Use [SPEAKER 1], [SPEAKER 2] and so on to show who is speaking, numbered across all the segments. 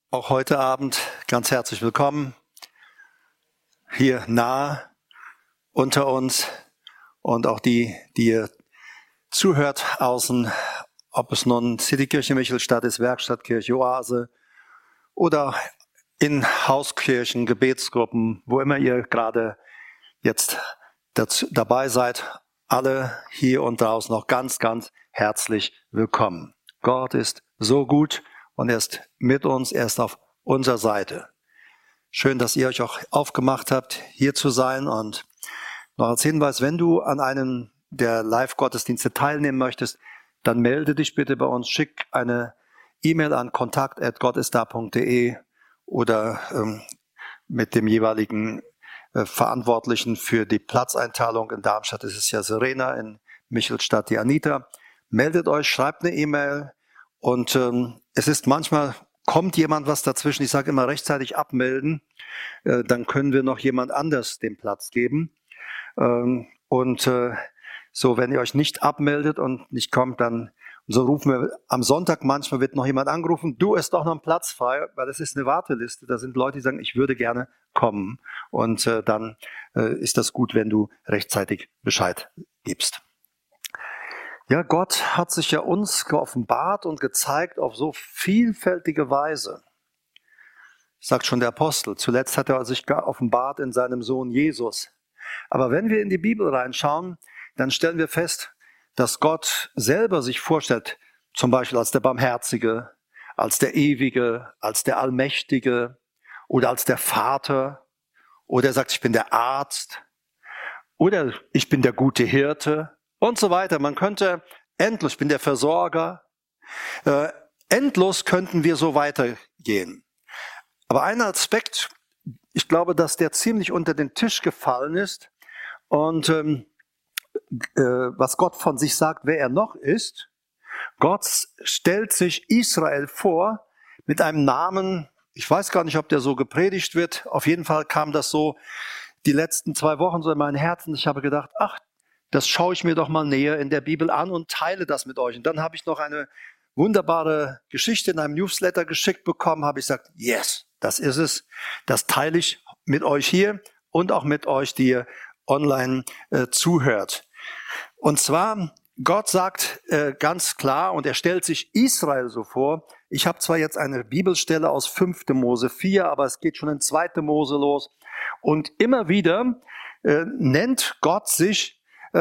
[SPEAKER 1] Auch heute Abend ganz herzlich willkommen hier nah unter uns und auch die ihr zuhört außen, ob es nun Citykirche Michelstadt ist, Werkstattkirche Oase oder in Hauskirchen, Gebetsgruppen, wo immer ihr gerade jetzt dabei seid, alle hier und draußen noch ganz, ganz herzlich willkommen. Gott ist so gut und er ist mit uns, er ist auf unserer Seite. Schön, dass ihr euch auch aufgemacht habt, hier zu sein. Und noch als Hinweis, wenn du an einem der Live-Gottesdienste teilnehmen möchtest, dann melde dich bitte bei uns, schick eine E-Mail an kontakt@gottisda.de oder mit dem jeweiligen Verantwortlichen für die Platzeinteilung. In Darmstadt ist es ja Serena, in Michelstadt die Anita. Meldet euch, schreibt eine E-Mail und es ist manchmal, kommt jemand was dazwischen, ich sage immer rechtzeitig abmelden, dann können wir noch jemand anders den Platz geben. So, wenn ihr euch nicht abmeldet und nicht kommt, dann so rufen wir am Sonntag, manchmal wird noch jemand angerufen, du, ist doch noch ein Platz frei, weil das ist eine Warteliste, da sind Leute, die sagen, ich würde gerne kommen und dann ist das gut, wenn du rechtzeitig Bescheid gibst. Ja, Gott hat sich ja uns geoffenbart und gezeigt auf so vielfältige Weise. Sagt schon der Apostel, zuletzt hat er sich geoffenbart in seinem Sohn Jesus. Aber wenn wir in die Bibel reinschauen, dann stellen wir fest, dass Gott selber sich vorstellt, zum Beispiel als der Barmherzige, als der Ewige, als der Allmächtige oder als der Vater. Oder er sagt, ich bin der Arzt oder ich bin der gute Hirte und so weiter. Man könnte endlos, ich bin der Versorger, endlos könnten wir so weitergehen. Aber ein Aspekt, ich glaube, dass der ziemlich unter den Tisch gefallen ist und was Gott von sich sagt, wer er noch ist. Gott stellt sich Israel vor mit einem Namen, ich weiß gar nicht, ob der so gepredigt wird, auf jeden Fall kam das so die letzten 2 Wochen so in mein Herzen. Ich habe gedacht, ach, das schaue ich mir doch mal näher in der Bibel an und teile das mit euch. Und dann habe ich noch eine wunderbare Geschichte in einem Newsletter geschickt bekommen, habe ich gesagt, yes, das ist es, das teile ich mit euch hier und auch mit euch, die ihr online zuhört. Und zwar, Gott sagt ganz klar, und er stellt sich Israel so vor, ich habe zwar jetzt eine Bibelstelle aus 5. Mose 4, aber es geht schon in 2. Mose los. Und immer wieder nennt Gott sich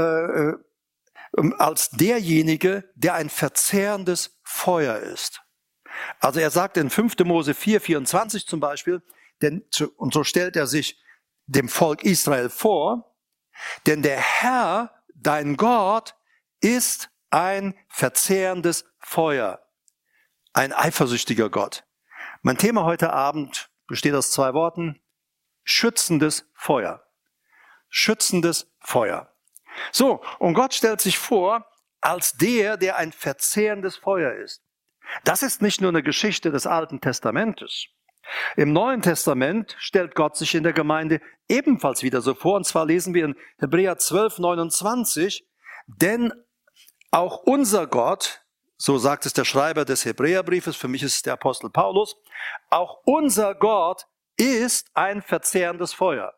[SPEAKER 1] als derjenige, der ein verzehrendes Feuer ist. Also er sagt in 5. Mose 4, 24 zum Beispiel, und so stellt er sich dem Volk Israel vor, denn der Herr, dein Gott, ist ein verzehrendes Feuer, ein eifersüchtiger Gott. Mein Thema heute Abend besteht aus 2 Worten, schützendes Feuer. Schützendes Feuer. So, und Gott stellt sich vor als der ein verzehrendes Feuer ist. Das ist nicht nur eine Geschichte des Alten Testamentes. Im Neuen Testament stellt Gott sich in der Gemeinde ebenfalls wieder so vor. Und zwar lesen wir in Hebräer 12, 29, denn auch unser Gott, so sagt es der Schreiber des Hebräerbriefes, für mich ist es der Apostel Paulus, auch unser Gott ist ein verzehrendes Feuer.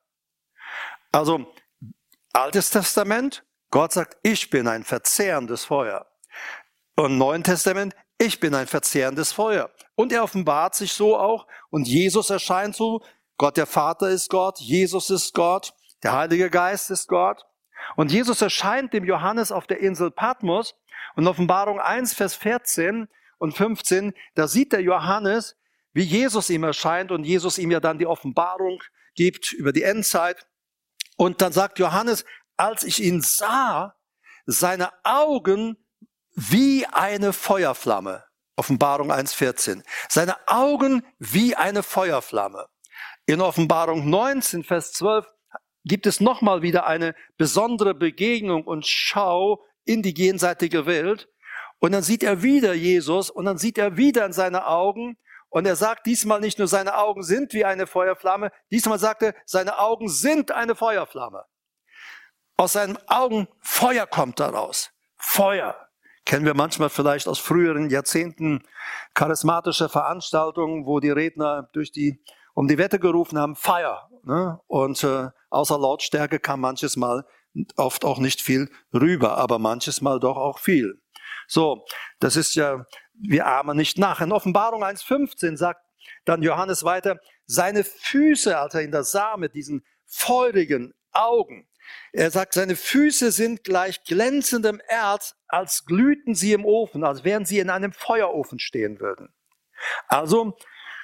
[SPEAKER 1] Also Altes Testament, Gott sagt, ich bin ein verzehrendes Feuer. Und Neuen Testament, ich bin ein verzehrendes Feuer. Und er offenbart sich so auch. Und Jesus erscheint so. Gott der Vater ist Gott. Jesus ist Gott. Der Heilige Geist ist Gott. Und Jesus erscheint dem Johannes auf der Insel Patmos. Und Offenbarung 1, Vers 14 und 15, da sieht der Johannes, wie Jesus ihm erscheint. Und Jesus ihm ja dann die Offenbarung gibt über die Endzeit. Und dann sagt Johannes, als ich ihn sah, seine Augen wie eine Feuerflamme. Offenbarung 1,14. Seine Augen wie eine Feuerflamme. In Offenbarung 19, Vers 12 gibt es nochmal wieder eine besondere Begegnung und Schau in die jenseitige Welt. Und dann sieht er wieder Jesus und dann sieht er wieder in seine Augen. Und er sagt diesmal nicht nur, seine Augen sind wie eine Feuerflamme. Diesmal sagt er, seine Augen sind eine Feuerflamme. Aus seinen Augen Feuer kommt daraus. Feuer. Kennen wir manchmal vielleicht aus früheren Jahrzehnten charismatische Veranstaltungen, wo die Redner um die Wette gerufen haben, Fire. Ne? Und außer Lautstärke kam manches Mal oft auch nicht viel rüber, aber manches Mal doch auch viel. So, das ist ja, wir ahmen nicht nach. In Offenbarung 1,15 sagt dann Johannes weiter, seine Füße, als er ihn da sah mit diesen feurigen Augen, er sagt, seine Füße sind gleich glänzendem Erz, als glühten sie im Ofen, als wären sie in einem Feuerofen stehen würden. Also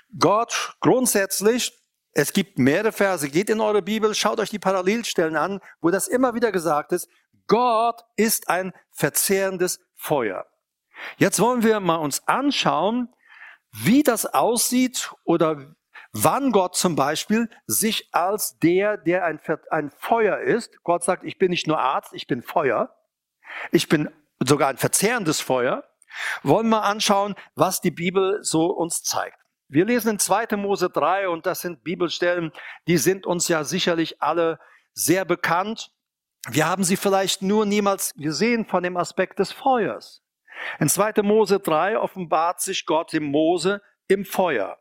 [SPEAKER 1] Gott grundsätzlich, es gibt mehrere Verse, geht in eure Bibel, schaut euch die Parallelstellen an, wo das immer wieder gesagt ist, Gott ist ein verzehrendes Feuer. Jetzt wollen wir mal uns anschauen, wie das aussieht oder wann Gott zum Beispiel sich als der ein Feuer ist. Gott sagt, ich bin nicht nur Arzt, ich bin Feuer. Ich bin sogar ein verzehrendes Feuer. Wollen wir anschauen, was die Bibel so uns zeigt. Wir lesen in 2. Mose 3 und das sind Bibelstellen, die sind uns ja sicherlich alle sehr bekannt. Wir haben sie vielleicht nur niemals gesehen von dem Aspekt des Feuers. In 2. Mose 3 offenbart sich Gott dem Mose im Feuer.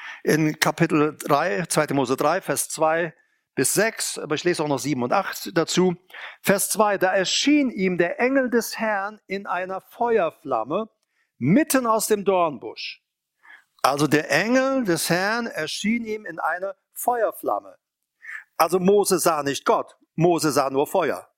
[SPEAKER 1] In Kapitel 3, 2. Mose 3, Vers 2 bis 6, aber ich lese auch noch 7 und 8 dazu. Vers 2, da erschien ihm der Engel des Herrn in einer Feuerflamme mitten aus dem Dornbusch. Also der Engel des Herrn erschien ihm in einer Feuerflamme. Also Mose sah nicht Gott, Mose sah nur Feuer.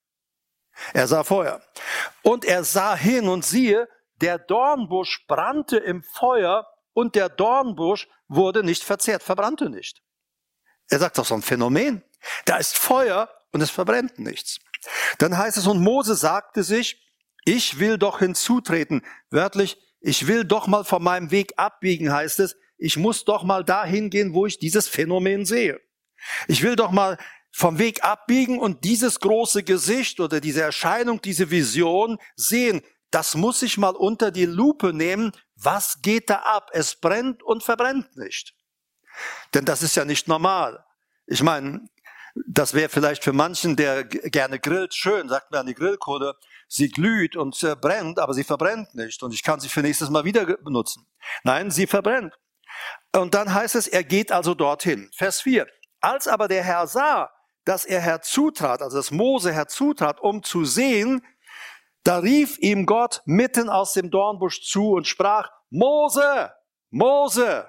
[SPEAKER 1] Er sah Feuer. Und er sah hin und siehe, der Dornbusch brannte im Feuer und der Dornbusch wurde nicht verzehrt, verbrannte nicht. Er sagt, das ist so ein Phänomen. Da ist Feuer und es verbrennt nichts. Dann heißt es, und Mose sagte sich, ich will doch hinzutreten. Wörtlich, ich will doch mal von meinem Weg abbiegen, heißt es. Ich muss doch mal dahin gehen, wo ich dieses Phänomen sehe. Ich will doch mal vom Weg abbiegen und dieses große Gesicht oder diese Erscheinung, diese Vision sehen. Das muss ich mal unter die Lupe nehmen. Was geht da ab? Es brennt und verbrennt nicht. Denn das ist ja nicht normal. Ich meine, das wäre vielleicht für manchen, der gerne grillt, schön, sagt mir an die Grillkohle, sie glüht und brennt, aber sie verbrennt nicht und ich kann sie für nächstes Mal wieder benutzen. Nein, sie verbrennt. Und dann heißt es, er geht also dorthin. Vers 4. Als aber der Herr sah, dass er herzutrat, also dass Mose herzutrat, um zu sehen, da rief ihm Gott mitten aus dem Dornbusch zu und sprach, Mose, Mose.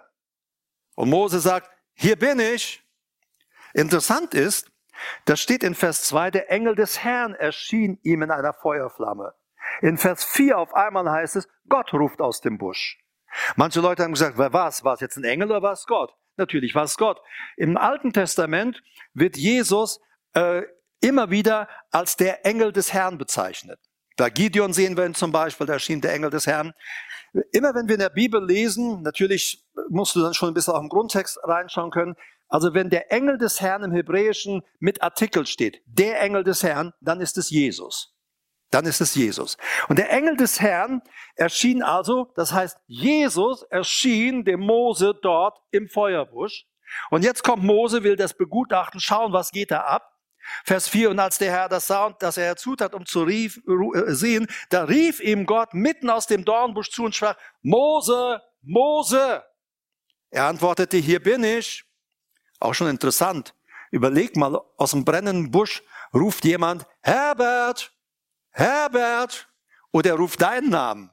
[SPEAKER 1] Und Mose sagt, hier bin ich. Interessant ist, da steht in Vers 2, der Engel des Herrn erschien ihm in einer Feuerflamme. In Vers 4 auf einmal heißt es, Gott ruft aus dem Busch. Manche Leute haben gesagt, wer war's? War es jetzt ein Engel oder war es Gott? Natürlich war es Gott. Im Alten Testament wird Jesus immer wieder als der Engel des Herrn bezeichnet. Bei Gideon sehen wir ihn zum Beispiel, da erschien der Engel des Herrn. Immer wenn wir in der Bibel lesen, natürlich musst du dann schon ein bisschen auch im Grundtext reinschauen können, also wenn der Engel des Herrn im Hebräischen mit Artikel steht, der Engel des Herrn, dann ist es Jesus. Dann ist es Jesus. Und der Engel des Herrn erschien also, das heißt, Jesus erschien dem Mose dort im Feuerbusch. Und jetzt kommt Mose, will das begutachten, schauen, was geht da ab. Vers 4, und als der Herr das sah und dass er herzutat, um zu sehen, da rief ihm Gott mitten aus dem Dornbusch zu und sprach, Mose, Mose. Er antwortete, hier bin ich. Auch schon interessant. Überleg mal, aus dem brennenden Busch ruft jemand, Herbert, Herbert. Oder er ruft deinen Namen.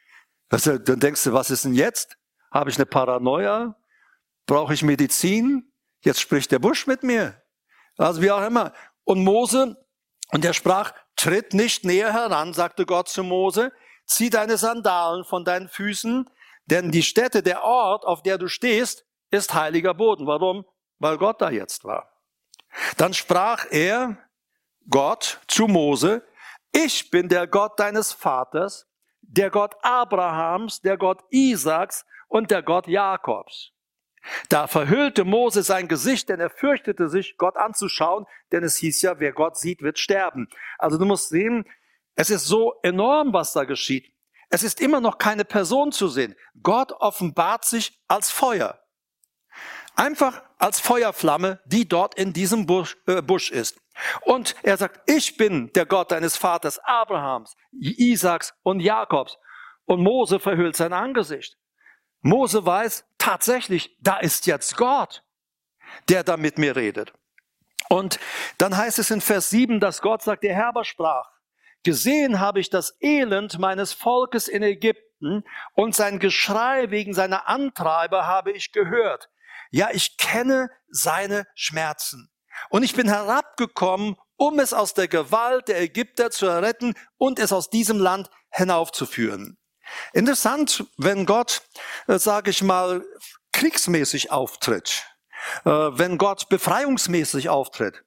[SPEAKER 1] Dann denkst du, was ist denn jetzt? Habe ich eine Paranoia? Brauche ich Medizin? Jetzt spricht der Busch mit mir. Also wie auch immer. Und Mose, und er sprach, tritt nicht näher heran, sagte Gott zu Mose, zieh deine Sandalen von deinen Füßen, denn die Stätte, der Ort, auf der du stehst, ist heiliger Boden. Warum? Weil Gott da jetzt war. Dann sprach er, Gott, zu Mose, ich bin der Gott deines Vaters, der Gott Abrahams, der Gott Isaaks und der Gott Jakobs. Da verhüllte Mose sein Gesicht, denn er fürchtete sich, Gott anzuschauen, denn es hieß ja, wer Gott sieht, wird sterben. Also du musst sehen, es ist so enorm, was da geschieht. Es ist immer noch keine Person zu sehen. Gott offenbart sich als Feuer. Einfach als Feuerflamme, die dort in diesem Busch ist. Und er sagt, ich bin der Gott deines Vaters Abrahams, Isaaks und Jakobs. Und Mose verhüllt sein Angesicht. Mose weiß tatsächlich, da ist jetzt Gott, der da mit mir redet. Und dann heißt es in Vers 7, dass Gott sagt, der Herr aber sprach, gesehen habe ich das Elend meines Volkes in Ägypten und sein Geschrei wegen seiner Antreiber habe ich gehört. Ja, ich kenne seine Schmerzen. Und ich bin herabgekommen, um es aus der Gewalt der Ägypter zu erretten und es aus diesem Land hinaufzuführen. Interessant, wenn Gott, sage ich mal, kriegsmäßig auftritt, wenn Gott befreiungsmäßig auftritt,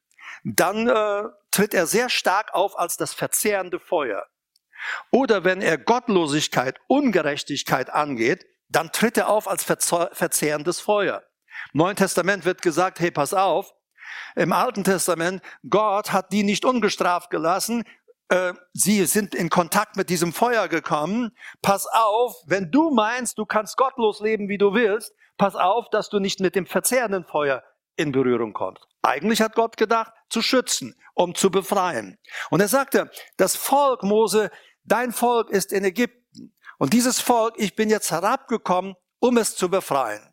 [SPEAKER 1] dann tritt er sehr stark auf als das verzehrende Feuer. Oder wenn er Gottlosigkeit, Ungerechtigkeit angeht, dann tritt er auf als verzehrendes Feuer. Im Neuen Testament wird gesagt, hey, pass auf, im Alten Testament, Gott hat die nicht ungestraft gelassen, sie sind in Kontakt mit diesem Feuer gekommen. Pass auf, wenn du meinst, du kannst gottlos leben, wie du willst, pass auf, dass du nicht mit dem verzehrenden Feuer in Berührung kommst. Eigentlich hat Gott gedacht, zu schützen, um zu befreien. Und er sagte, das Volk, Mose, dein Volk ist in Ägypten. Und dieses Volk, ich bin jetzt herabgekommen, um es zu befreien.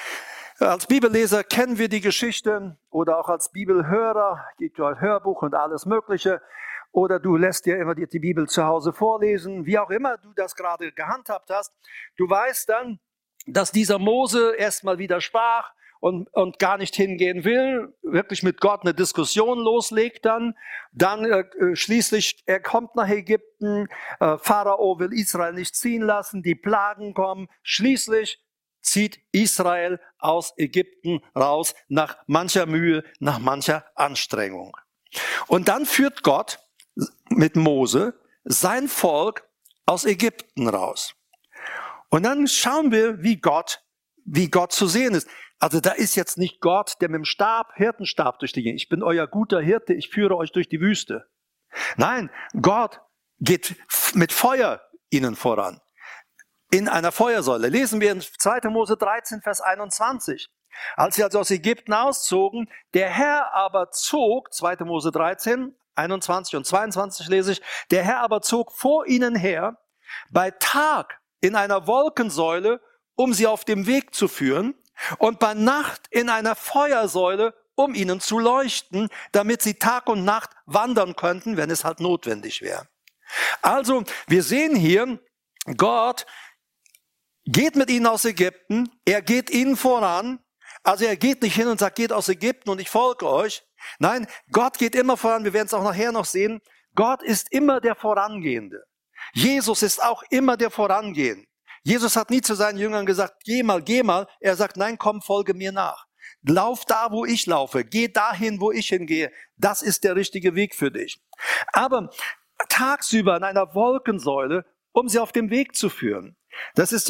[SPEAKER 1] Als Bibelleser kennen wir die Geschichte oder auch als Bibelhörer, gibt ja ein Hörbuch und alles Mögliche. Oder du lässt dir immer die Bibel zu Hause vorlesen, wie auch immer du das gerade gehandhabt hast. Du weißt dann, dass dieser Mose erstmal widersprach und gar nicht hingehen will, wirklich mit Gott eine Diskussion loslegt dann schließlich, er kommt nach Ägypten, Pharao will Israel nicht ziehen lassen, die Plagen kommen, schließlich zieht Israel aus Ägypten raus, nach mancher Mühe, nach mancher Anstrengung. Und dann führt Gott mit Mose sein Volk aus Ägypten raus. Und dann schauen wir, wie Gott zu sehen ist. Also da ist jetzt nicht Gott, der mit dem Hirtenstab durch die Gegend, ich bin euer guter Hirte, ich führe euch durch die Wüste. Nein, Gott geht mit Feuer ihnen voran. In einer Feuersäule. Lesen wir in 2. Mose 13, Vers 21. Als sie also aus Ägypten auszogen, der Herr aber zog, 2. Mose 13, 21 und 22 lese ich, der Herr aber zog vor ihnen her, bei Tag in einer Wolkensäule, um sie auf dem Weg zu führen, und bei Nacht in einer Feuersäule, um ihnen zu leuchten, damit sie Tag und Nacht wandern könnten, wenn es halt notwendig wäre. Also, wir sehen hier, Gott geht mit ihnen aus Ägypten, er geht ihnen voran, also er geht nicht hin und sagt, geht aus Ägypten und ich folge euch. Nein, Gott geht immer voran, wir werden es auch nachher noch sehen. Gott ist immer der Vorangehende. Jesus ist auch immer der Vorangehende. Jesus hat nie zu seinen Jüngern gesagt, geh mal. Er sagt, nein, komm, folge mir nach. Lauf da, wo ich laufe. Geh dahin, wo ich hingehe. Das ist der richtige Weg für dich. Aber tagsüber in einer Wolkensäule, um sie auf dem Weg zu führen. Das ist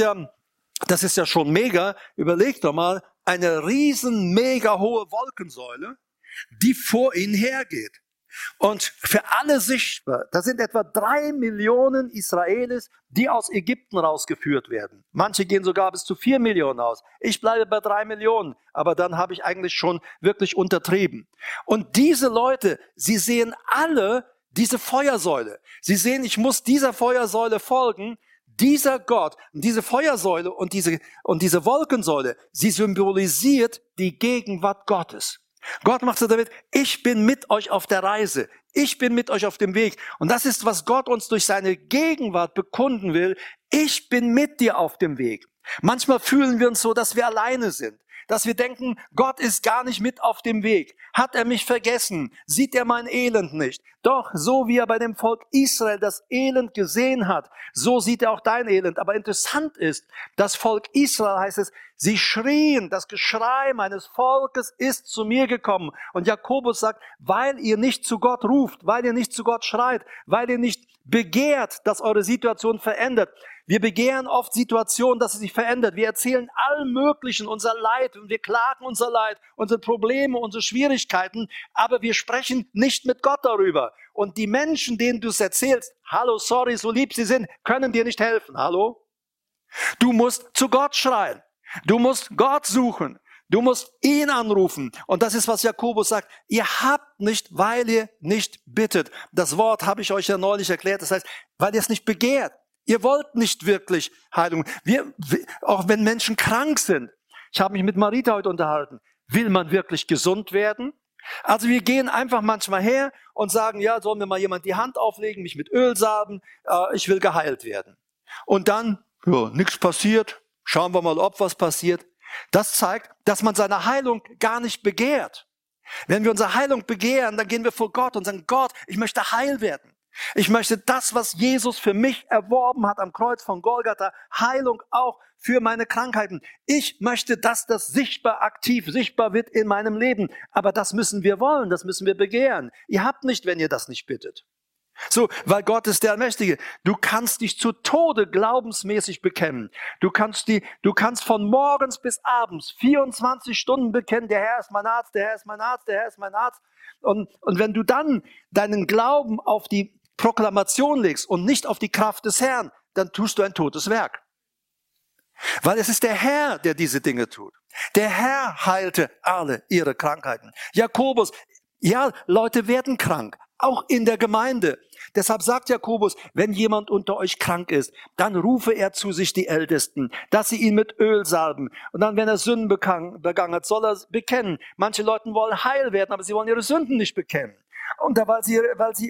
[SPEAKER 1] ja schon mega. Überleg doch mal, eine riesen, mega hohe Wolkensäule, die vor ihnen hergeht. Und für alle sichtbar, da sind etwa 3 Millionen Israelis, die aus Ägypten rausgeführt werden. Manche gehen sogar bis zu 4 Millionen aus. Ich bleibe bei 3 Millionen, aber dann habe ich eigentlich schon wirklich untertrieben. Und diese Leute, sie sehen alle diese Feuersäule. Sie sehen, ich muss dieser Feuersäule folgen. Dieser Gott, diese Feuersäule und diese Wolkensäule, sie symbolisiert die Gegenwart Gottes. Gott macht so damit, ich bin mit euch auf der Reise. Ich bin mit euch auf dem Weg. Und das ist, was Gott uns durch seine Gegenwart bekunden will. Ich bin mit dir auf dem Weg. Manchmal fühlen wir uns so, dass wir alleine sind. Dass wir denken, Gott ist gar nicht mit auf dem Weg. Hat er mich vergessen? Sieht er mein Elend nicht? Doch, so wie er bei dem Volk Israel das Elend gesehen hat, so sieht er auch dein Elend. Aber interessant ist, das Volk Israel, heißt es, sie schrien, das Geschrei meines Volkes ist zu mir gekommen. Und Jakobus sagt, weil ihr nicht zu Gott ruft, weil ihr nicht zu Gott schreit, weil ihr nicht begehrt, dass eure Situation verändert. Wir begehren oft Situationen, dass sie sich verändert. Wir erzählen allen Möglichen unser Leid und wir klagen unser Leid, unsere Probleme, unsere Schwierigkeiten, aber wir sprechen nicht mit Gott darüber. Und die Menschen, denen du es erzählst, hallo, sorry, so lieb sie sind, können dir nicht helfen. Hallo? Du musst zu Gott schreien. Du musst Gott suchen. Du musst ihn anrufen. Und das ist, was Jakobus sagt. Ihr habt nicht, weil ihr nicht bittet. Das Wort habe ich euch ja neulich erklärt. Das heißt, weil ihr es nicht begehrt. Ihr wollt nicht wirklich Heilung. Auch wenn Menschen krank sind. Ich habe mich mit Marita heute unterhalten. Will man wirklich gesund werden? Also wir gehen einfach manchmal her und sagen, ja, soll mir mal jemand die Hand auflegen, mich mit Öl salben, ich will geheilt werden. Und dann, ja, nichts passiert, schauen wir mal, ob was passiert. Das zeigt, dass man seine Heilung gar nicht begehrt. Wenn wir unsere Heilung begehren, dann gehen wir vor Gott und sagen, Gott, ich möchte heil werden. Ich möchte das, was Jesus für mich erworben hat am Kreuz von Golgatha, Heilung auch für meine Krankheiten. Ich möchte, dass das aktiv sichtbar wird in meinem Leben. Aber das müssen wir wollen, das müssen wir begehren. Ihr habt nicht, wenn ihr das nicht bittet. So, weil Gott ist der Allmächtige. Du kannst dich zu Tode glaubensmäßig bekennen. Du kannst von morgens bis abends 24 Stunden bekennen, der Herr ist mein Arzt, der Herr ist mein Arzt, der Herr ist mein Arzt. Und wenn du dann deinen Glauben auf die Proklamation legst und nicht auf die Kraft des Herrn, dann tust du ein totes Werk. Weil es ist der Herr, der diese Dinge tut. Der Herr heilte alle ihre Krankheiten. Jakobus, ja, Leute werden krank, auch in der Gemeinde. Deshalb sagt Jakobus, wenn jemand unter euch krank ist, dann rufe er zu sich die Ältesten, dass sie ihn mit Öl salben. Und dann, wenn er Sünden begangen hat, soll er bekennen. Manche Leute wollen heil werden, aber sie wollen ihre Sünden nicht bekennen. Und weil sie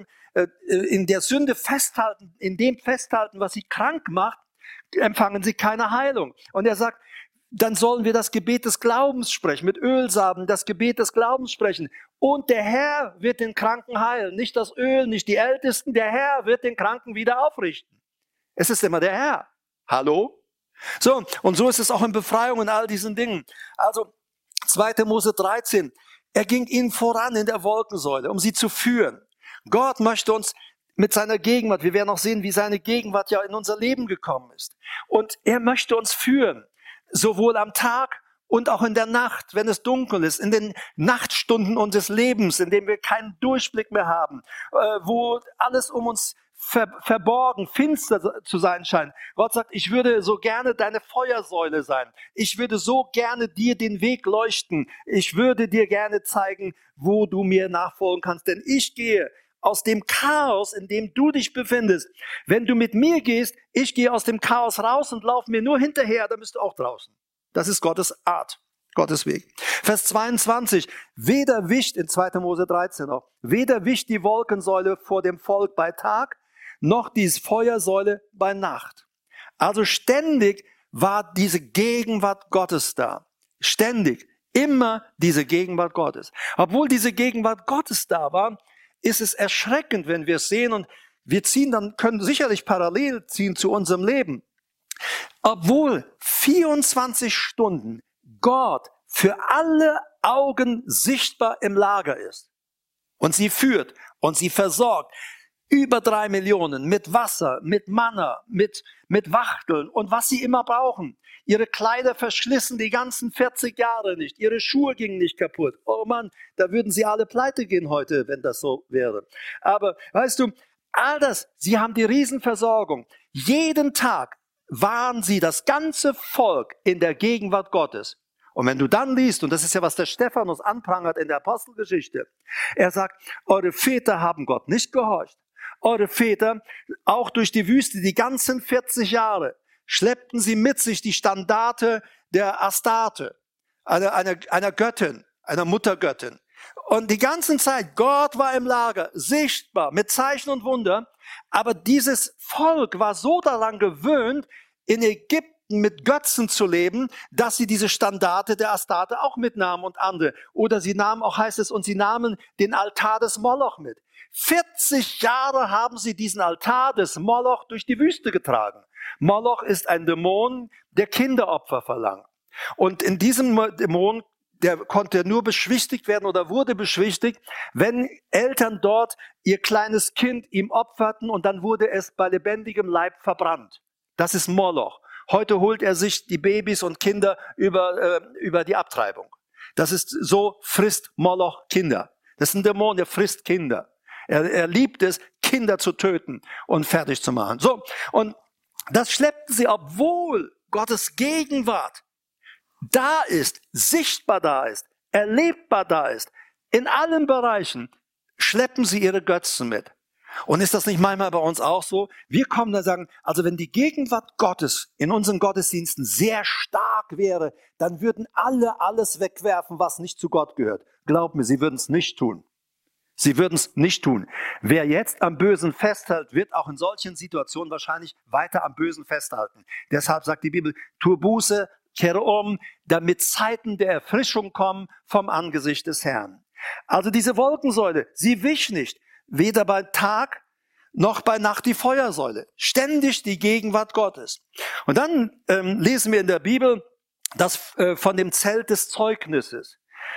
[SPEAKER 1] in der Sünde festhalten, in dem festhalten, was sie krank macht, empfangen sie keine Heilung. Und er sagt, dann sollen wir das Gebet des Glaubens sprechen, mit Ölsalben das Gebet des Glaubens sprechen. Und der Herr wird den Kranken heilen. Nicht das Öl, nicht die Ältesten, der Herr wird den Kranken wieder aufrichten. Es ist immer der Herr. Hallo? So, und so ist es auch in Befreiung und all diesen Dingen. Also 2. Mose 13, er ging ihnen voran in der Wolkensäule, um sie zu führen. Gott möchte uns mit seiner Gegenwart, wir werden auch sehen, wie seine Gegenwart ja in unser Leben gekommen ist. Und er möchte uns führen, sowohl am Tag und auch in der Nacht, wenn es dunkel ist, in den Nachtstunden unseres Lebens, in denen wir keinen Durchblick mehr haben, wo alles um uns verborgen, finster zu sein scheint. Gott sagt, ich würde so gerne deine Feuersäule sein. Ich würde so gerne dir den Weg leuchten. Ich würde dir gerne zeigen, wo du mir nachfolgen kannst. Denn ich gehe aus dem Chaos, in dem du dich befindest. Wenn du mit mir gehst, ich gehe aus dem Chaos raus und laufe mir nur hinterher, dann bist du auch draußen. Das ist Gottes Art, Gottes Weg. Vers 22, weder wischt, in 2. Mose 13 auch, weder wischt die Wolkensäule vor dem Volk bei Tag, noch die Feuersäule bei Nacht. Also ständig war diese Gegenwart Gottes da. Ständig, immer diese Gegenwart Gottes. Obwohl diese Gegenwart Gottes da war, ist es erschreckend, wenn wir es sehen, und wir können sicherlich parallel ziehen zu unserem Leben. Obwohl 24 Stunden Gott für alle Augen sichtbar im Lager ist und sie führt und sie versorgt, über 3 Millionen mit Wasser, mit Manna, mit Wachteln und was sie immer brauchen. Ihre Kleider verschlissen die ganzen 40 Jahre nicht. Ihre Schuhe gingen nicht kaputt. Oh Mann, da würden sie alle pleite gehen heute, wenn das so wäre. Aber weißt du, all das, sie haben die Riesenversorgung. Jeden Tag waren sie, das ganze Volk, in der Gegenwart Gottes. Und wenn du dann liest, und das ist ja, was der Stephanus anprangert in der Apostelgeschichte, er sagt, eure Väter haben Gott nicht gehorcht. Eure Väter, auch durch die Wüste, die ganzen 40 Jahre, schleppten sie mit sich die Standarte der Astarte, einer Göttin, einer Muttergöttin. Und die ganze Zeit, Gott war im Lager, sichtbar, mit Zeichen und Wunder. Aber dieses Volk war so daran gewöhnt, in Ägypten mit Götzen zu leben, dass sie diese Standarte der Astarte auch mitnahmen und andere. Oder sie nahmen, auch heißt es, und sie nahmen den Altar des Moloch mit. 40 Jahre haben sie diesen Altar des Moloch durch die Wüste getragen. Moloch ist ein Dämon, der Kinderopfer verlangt. Und in diesem Dämon, der konnte nur beschwichtigt werden oder wurde beschwichtigt, wenn Eltern dort ihr kleines Kind ihm opferten und dann wurde es bei lebendigem Leib verbrannt. Das ist Moloch. Heute holt er sich die Babys und Kinder über die Abtreibung. Das ist so, frisst Moloch Kinder. Das ist ein Dämon, der frisst Kinder. Er liebt es, Kinder zu töten und fertig zu machen. So, und das schleppten sie, obwohl Gottes Gegenwart da ist, sichtbar da ist, erlebbar da ist, in allen Bereichen, schleppen sie ihre Götzen mit. Und ist das nicht manchmal bei uns auch so? Wir kommen da und sagen, also wenn die Gegenwart Gottes in unseren Gottesdiensten sehr stark wäre, dann würden alle alles wegwerfen, was nicht zu Gott gehört. Glaub mir, sie würden es nicht tun. Sie würden es nicht tun. Wer jetzt am Bösen festhält, wird auch in solchen Situationen wahrscheinlich weiter am Bösen festhalten. Deshalb sagt die Bibel, tu Buße, kehre um, damit Zeiten der Erfrischung kommen vom Angesicht des Herrn. Also diese Wolkensäule, sie wich nicht. Weder bei Tag noch bei Nacht die Feuersäule. Ständig die Gegenwart Gottes. Und dann lesen wir in der Bibel das von dem Zelt des Zeugnisses.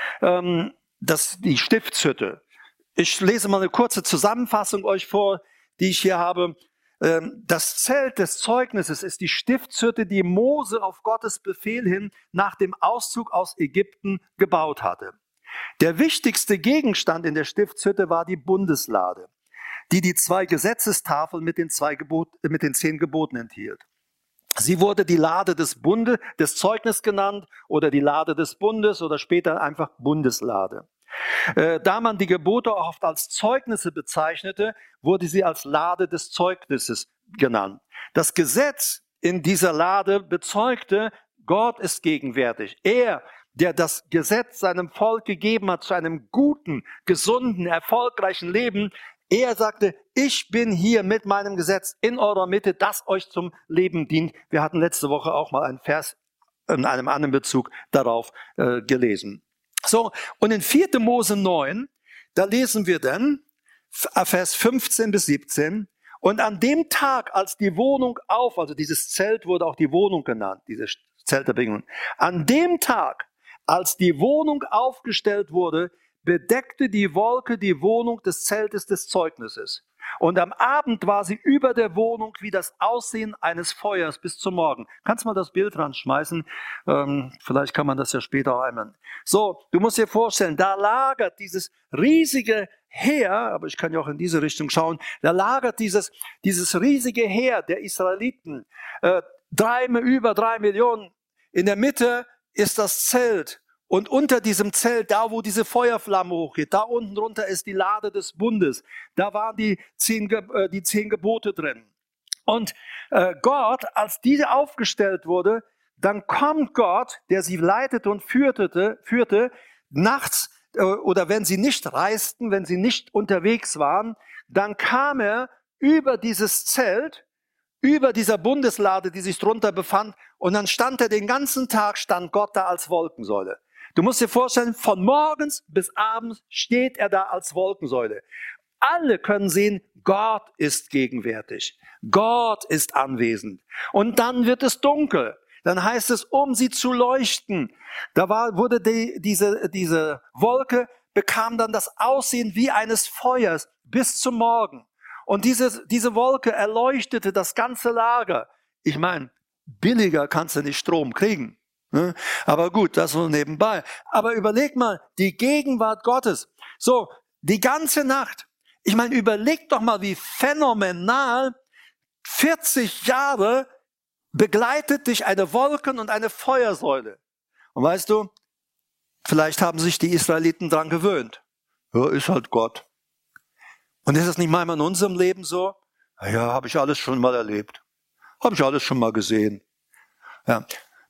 [SPEAKER 1] Die Stiftshütte. Ich lese mal eine kurze Zusammenfassung euch vor, die ich hier habe. Das Zelt des Zeugnisses ist die Stiftshütte, die Mose auf Gottes Befehl hin nach dem Auszug aus Ägypten gebaut hatte. Der wichtigste Gegenstand in der Stiftshütte war die Bundeslade, die 2 Gesetzestafeln mit den 10 Geboten enthielt. Sie wurde die Lade des Zeugnisses genannt oder die Lade des Bundes oder später einfach Bundeslade. Da man die Gebote oft als Zeugnisse bezeichnete, wurde sie als Lade des Zeugnisses genannt. Das Gesetz in dieser Lade bezeugte, Gott ist gegenwärtig. Er, der das Gesetz seinem Volk gegeben hat, zu einem guten, gesunden, erfolgreichen Leben, er sagte, ich bin hier mit meinem Gesetz in eurer Mitte, das euch zum Leben dient. Wir hatten letzte Woche auch mal einen Vers in einem anderen Bezug darauf gelesen. So, und in 4. Mose 9, da lesen wir dann, Vers 15 bis 17, und an dem Tag, als die Wohnung also dieses Zelt wurde auch die Wohnung genannt, diese Zelt der Begegnung, an dem Tag, als die Wohnung aufgestellt wurde, bedeckte die Wolke die Wohnung des Zeltes des Zeugnisses. Und am Abend war sie über der Wohnung wie das Aussehen eines Feuers bis zum Morgen. Kannst du mal das Bild ranschmeißen? Vielleicht kann man das ja später auch einmal. So, du musst dir vorstellen, da lagert dieses riesige Heer, aber ich kann ja auch in diese Richtung schauen, da lagert dieses riesige Heer der Israeliten, über 3 Millionen. In der Mitte ist das Zelt. Und unter diesem Zelt, da wo diese Feuerflamme hochgeht, da unten drunter ist die Lade des Bundes. Da waren die 10 Gebote drin. Und Gott, als diese aufgestellt wurde, dann kommt Gott, der sie leitete und führte nachts, oder wenn sie nicht reisten, wenn sie nicht unterwegs waren, dann kam er über dieses Zelt, über dieser Bundeslade, die sich drunter befand, und dann stand er den ganzen Tag, stand Gott da als Wolkensäule. Du musst dir vorstellen, von morgens bis abends steht er da als Wolkensäule. Alle können sehen, Gott ist gegenwärtig. Gott ist anwesend. Und dann wird es dunkel. Dann heißt es, um sie zu leuchten. Wurde diese Wolke, bekam dann das Aussehen wie eines Feuers bis zum Morgen. Und diese Wolke erleuchtete das ganze Lager. Ich meine, billiger kannst du nicht Strom kriegen. Aber gut, das nur nebenbei. Aber überleg mal, die Gegenwart Gottes. So, die ganze Nacht. Ich meine, überleg doch mal, wie phänomenal 40 Jahre begleitet dich eine Wolken- und eine Feuersäule. Und weißt du, vielleicht haben sich die Israeliten dran gewöhnt. Ja, ist halt Gott. Und ist es nicht manchmal in unserem Leben so? Ja, habe ich alles schon mal erlebt. Habe ich alles schon mal gesehen. Ja.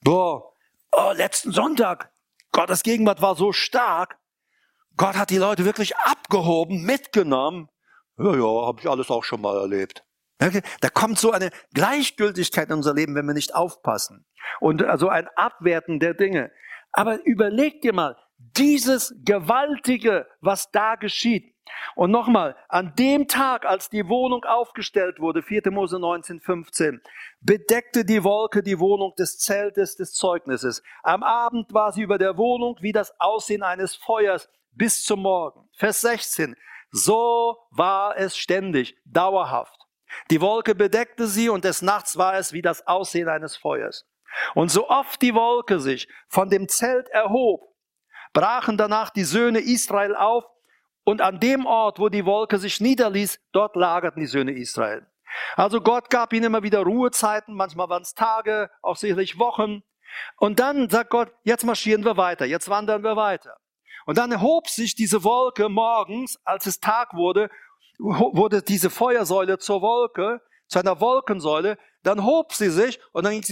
[SPEAKER 1] Letzten Sonntag, Gottes Gegenwart war so stark. Gott hat die Leute wirklich abgehoben, mitgenommen. Ja, habe ich alles auch schon mal erlebt. Okay? Da kommt so eine Gleichgültigkeit in unser Leben, wenn wir nicht aufpassen. Und also ein Abwerten der Dinge. Aber überleg dir mal, dieses Gewaltige, was da geschieht. Und nochmal, an dem Tag, als die Wohnung aufgestellt wurde, 4. Mose 19,15, bedeckte die Wolke die Wohnung des Zeltes des Zeugnisses. Am Abend war sie über der Wohnung wie das Aussehen eines Feuers bis zum Morgen. Vers 16, so war es ständig, dauerhaft. Die Wolke bedeckte sie und des Nachts war es wie das Aussehen eines Feuers. Und so oft die Wolke sich von dem Zelt erhob, brachen danach die Söhne Israel auf, und an dem Ort, wo die Wolke sich niederließ, dort lagerten die Söhne Israel. Also Gott gab ihnen immer wieder Ruhezeiten, manchmal waren es Tage, auch sicherlich Wochen. Und dann sagt Gott, jetzt marschieren wir weiter, jetzt wandern wir weiter. Und dann erhob sich diese Wolke morgens, als es Tag wurde, wurde diese Feuersäule zur Wolke, zu einer Wolkensäule. Dann hob sie sich und dann ging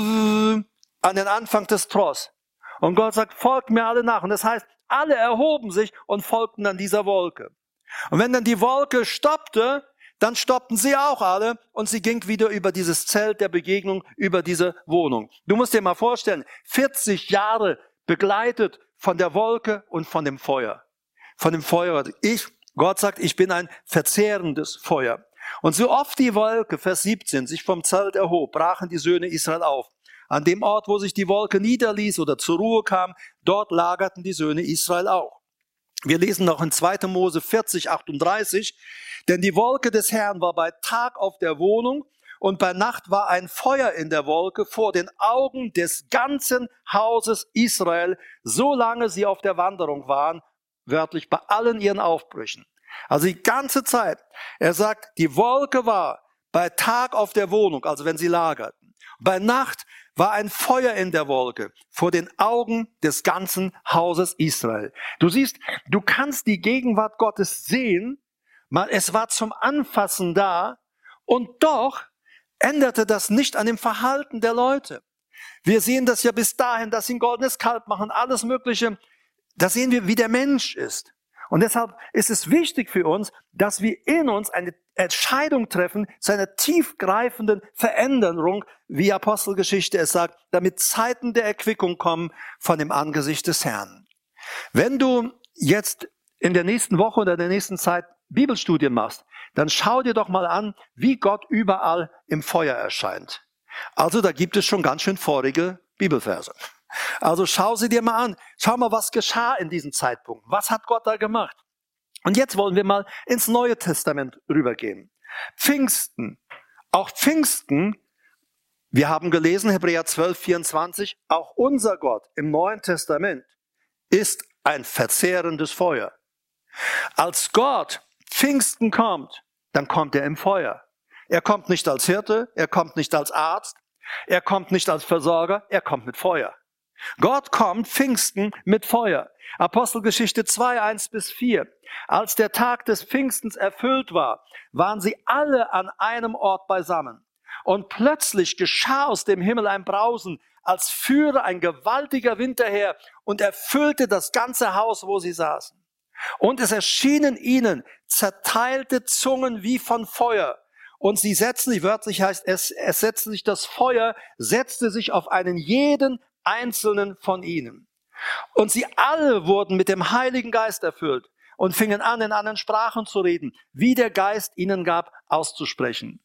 [SPEAKER 1] sie an den Anfang des Tross. Und Gott sagt, folgt mir alle nach. Und das heißt, alle erhoben sich und folgten an dieser Wolke. Und wenn dann die Wolke stoppte, dann stoppten sie auch alle und sie ging wieder über dieses Zelt der Begegnung, über diese Wohnung. Du musst dir mal vorstellen, 40 Jahre begleitet von der Wolke und von dem Feuer. Von dem Feuer. Gott sagt, ich bin ein verzehrendes Feuer. Und so oft die Wolke, Vers 17, sich vom Zelt erhob, brachen die Söhne Israel auf. An dem Ort, wo sich die Wolke niederließ oder zur Ruhe kam, dort lagerten die Söhne Israel auch. Wir lesen noch in 2. Mose 40, 38, denn die Wolke des Herrn war bei Tag auf der Wohnung und bei Nacht war ein Feuer in der Wolke vor den Augen des ganzen Hauses Israel, solange sie auf der Wanderung waren, wörtlich bei allen ihren Aufbrüchen. Also die ganze Zeit. Er sagt, die Wolke war bei Tag auf der Wohnung, also wenn sie lagerten. Bei Nacht war ein Feuer in der Wolke vor den Augen des ganzen Hauses Israel. Du siehst, du kannst die Gegenwart Gottes sehen. Es war zum Anfassen da und doch änderte das nicht an dem Verhalten der Leute. Wir sehen das ja bis dahin, dass sie ein goldenes Kalb machen, alles Mögliche. Da sehen wir, wie der Mensch ist. Und deshalb ist es wichtig für uns, dass wir in uns eine Entscheidung treffen zu einer tiefgreifenden Veränderung, wie Apostelgeschichte es sagt, damit Zeiten der Erquickung kommen von dem Angesicht des Herrn. Wenn du jetzt in der nächsten Woche oder in der nächsten Zeit Bibelstudien machst, dann schau dir doch mal an, wie Gott überall im Feuer erscheint. Also da gibt es schon ganz schön feurige Bibelverse. Also schau sie dir mal an. Schau mal, was geschah in diesem Zeitpunkt. Was hat Gott da gemacht? Und jetzt wollen wir mal ins Neue Testament rübergehen. Pfingsten. Auch Pfingsten, wir haben gelesen, Hebräer 12, 24, auch unser Gott im Neuen Testament ist ein verzehrendes Feuer. Als Gott Pfingsten kommt, dann kommt er im Feuer. Er kommt nicht als Hirte, er kommt nicht als Arzt, er kommt nicht als Versorger, er kommt mit Feuer. Gott kommt Pfingsten mit Feuer. Apostelgeschichte 2, 1-4. Als der Tag des Pfingstens erfüllt war, waren sie alle an einem Ort beisammen. Und plötzlich geschah aus dem Himmel ein Brausen, als führe ein gewaltiger Wind daher und erfüllte das ganze Haus, wo sie saßen. Und es erschienen ihnen zerteilte Zungen wie von Feuer. Und sie setzten sich, wörtlich heißt es setzte sich das Feuer, setzte sich auf einen jeden einzelnen von ihnen. Und sie alle wurden mit dem Heiligen Geist erfüllt und fingen an, in anderen Sprachen zu reden, wie der Geist ihnen gab, auszusprechen.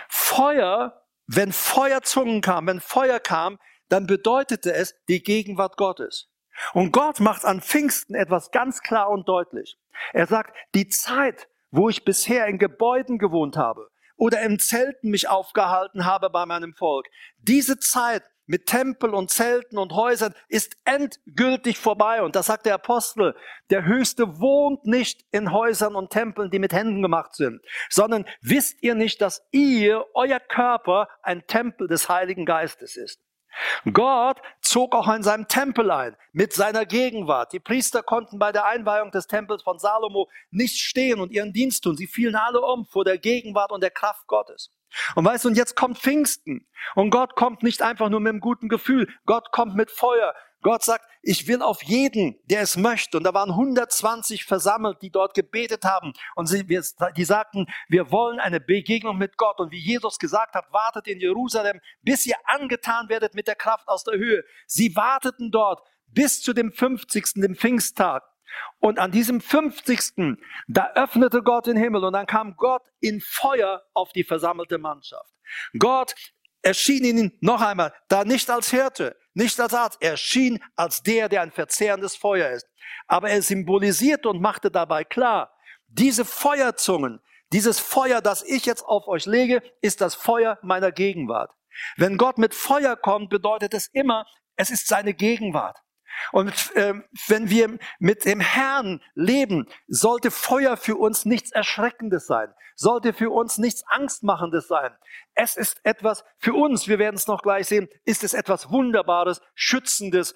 [SPEAKER 1] Feuer, wenn Feuerzungen kamen, wenn Feuer kam, dann bedeutete es die Gegenwart Gottes. Und Gott macht an Pfingsten etwas ganz klar und deutlich. Er sagt, die Zeit, wo ich bisher in Gebäuden gewohnt habe oder in Zelten mich aufgehalten habe bei meinem Volk, diese Zeit mit Tempel und Zelten und Häusern ist endgültig vorbei. Und das sagt der Apostel, der Höchste wohnt nicht in Häusern und Tempeln, die mit Händen gemacht sind, sondern wisst ihr nicht, dass ihr, euer Körper, ein Tempel des Heiligen Geistes ist. Gott zog auch in seinem Tempel ein, mit seiner Gegenwart. Die Priester konnten bei der Einweihung des Tempels von Salomo nicht stehen und ihren Dienst tun. Sie fielen alle um vor der Gegenwart und der Kraft Gottes. Und weißt du, und jetzt kommt Pfingsten. Und Gott kommt nicht einfach nur mit einem guten Gefühl. Gott kommt mit Feuer. Gott sagt, ich will auf jeden, der es möchte. Und da waren 120 versammelt, die dort gebetet haben. Und die sagten, wir wollen eine Begegnung mit Gott. Und wie Jesus gesagt hat, wartet in Jerusalem, bis ihr angetan werdet mit der Kraft aus der Höhe. Sie warteten dort bis zu dem 50., dem Pfingsttag. Und an diesem 50., da öffnete Gott den Himmel und dann kam Gott in Feuer auf die versammelte Mannschaft. Gott erschien ihnen noch einmal, da nicht als Hirte, nicht als Arzt, er erschien als der ein verzehrendes Feuer ist. Aber er symbolisierte und machte dabei klar, diese Feuerzungen, dieses Feuer, das ich jetzt auf euch lege, ist das Feuer meiner Gegenwart. Wenn Gott mit Feuer kommt, bedeutet es immer, es ist seine Gegenwart. Und wenn wir mit dem Herrn leben, sollte Feuer für uns nichts Erschreckendes sein, sollte für uns nichts Angstmachendes sein. Es ist etwas für uns, wir werden es noch gleich sehen, ist es etwas Wunderbares, Schützendes.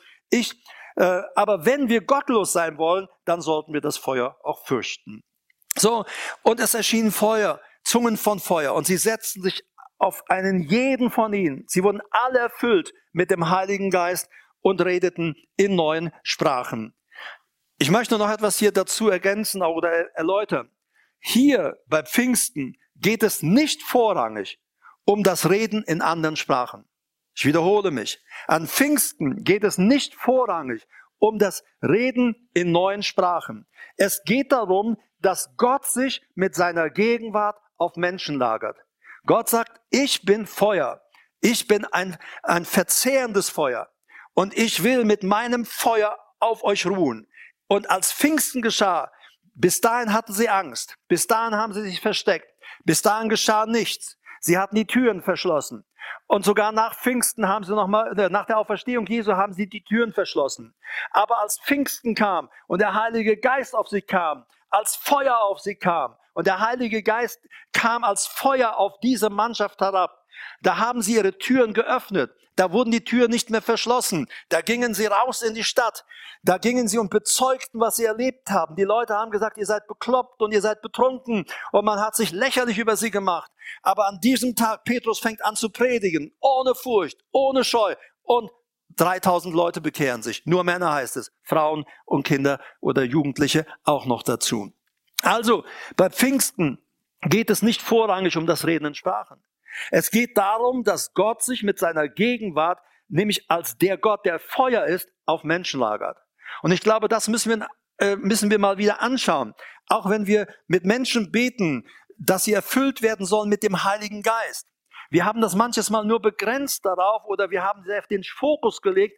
[SPEAKER 1] Aber wenn wir gottlos sein wollen, dann sollten wir das Feuer auch fürchten. So, und es erschienen Feuer, Zungen von Feuer, und sie setzten sich auf einen jeden von ihnen. Sie wurden alle erfüllt mit dem Heiligen Geist und redeten in neuen Sprachen. Ich möchte noch etwas hier dazu ergänzen oder erläutern. Hier bei Pfingsten geht es nicht vorrangig um das Reden in anderen Sprachen. Ich wiederhole mich. An Pfingsten geht es nicht vorrangig um das Reden in neuen Sprachen. Es geht darum, dass Gott sich mit seiner Gegenwart auf Menschen lagert. Gott sagt, ich bin Feuer. Ich bin ein verzehrendes Feuer. Und ich will mit meinem Feuer auf euch ruhen. Und als Pfingsten geschah, bis dahin hatten sie Angst. Bis dahin haben sie sich versteckt. Bis dahin geschah nichts. Sie hatten die Türen verschlossen. Und sogar nach Pfingsten haben sie nach der Auferstehung Jesu haben sie die Türen verschlossen. Aber als Pfingsten kam und der Heilige Geist auf sie kam, als Feuer auf sie kam und der Heilige Geist kam als Feuer auf diese Mannschaft herab, da haben sie ihre Türen geöffnet. Da wurden die Türen nicht mehr verschlossen. Da gingen sie raus in die Stadt. Da gingen sie und bezeugten, was sie erlebt haben. Die Leute haben gesagt, ihr seid bekloppt und ihr seid betrunken. Und man hat sich lächerlich über sie gemacht. Aber an diesem Tag, Petrus fängt an zu predigen, ohne Furcht, ohne Scheu. Und 3000 Leute bekehren sich. Nur Männer heißt es. Frauen und Kinder oder Jugendliche auch noch dazu. Also, bei Pfingsten geht es nicht vorrangig um das Reden in Sprachen. Es geht darum, dass Gott sich mit seiner Gegenwart, nämlich als der Gott, der Feuer ist, auf Menschen lagert. Und ich glaube, das müssen wir mal wieder anschauen. Auch wenn wir mit Menschen beten, dass sie erfüllt werden sollen mit dem Heiligen Geist. Wir haben das manches Mal nur begrenzt darauf oder wir haben sehr auf den Fokus gelegt,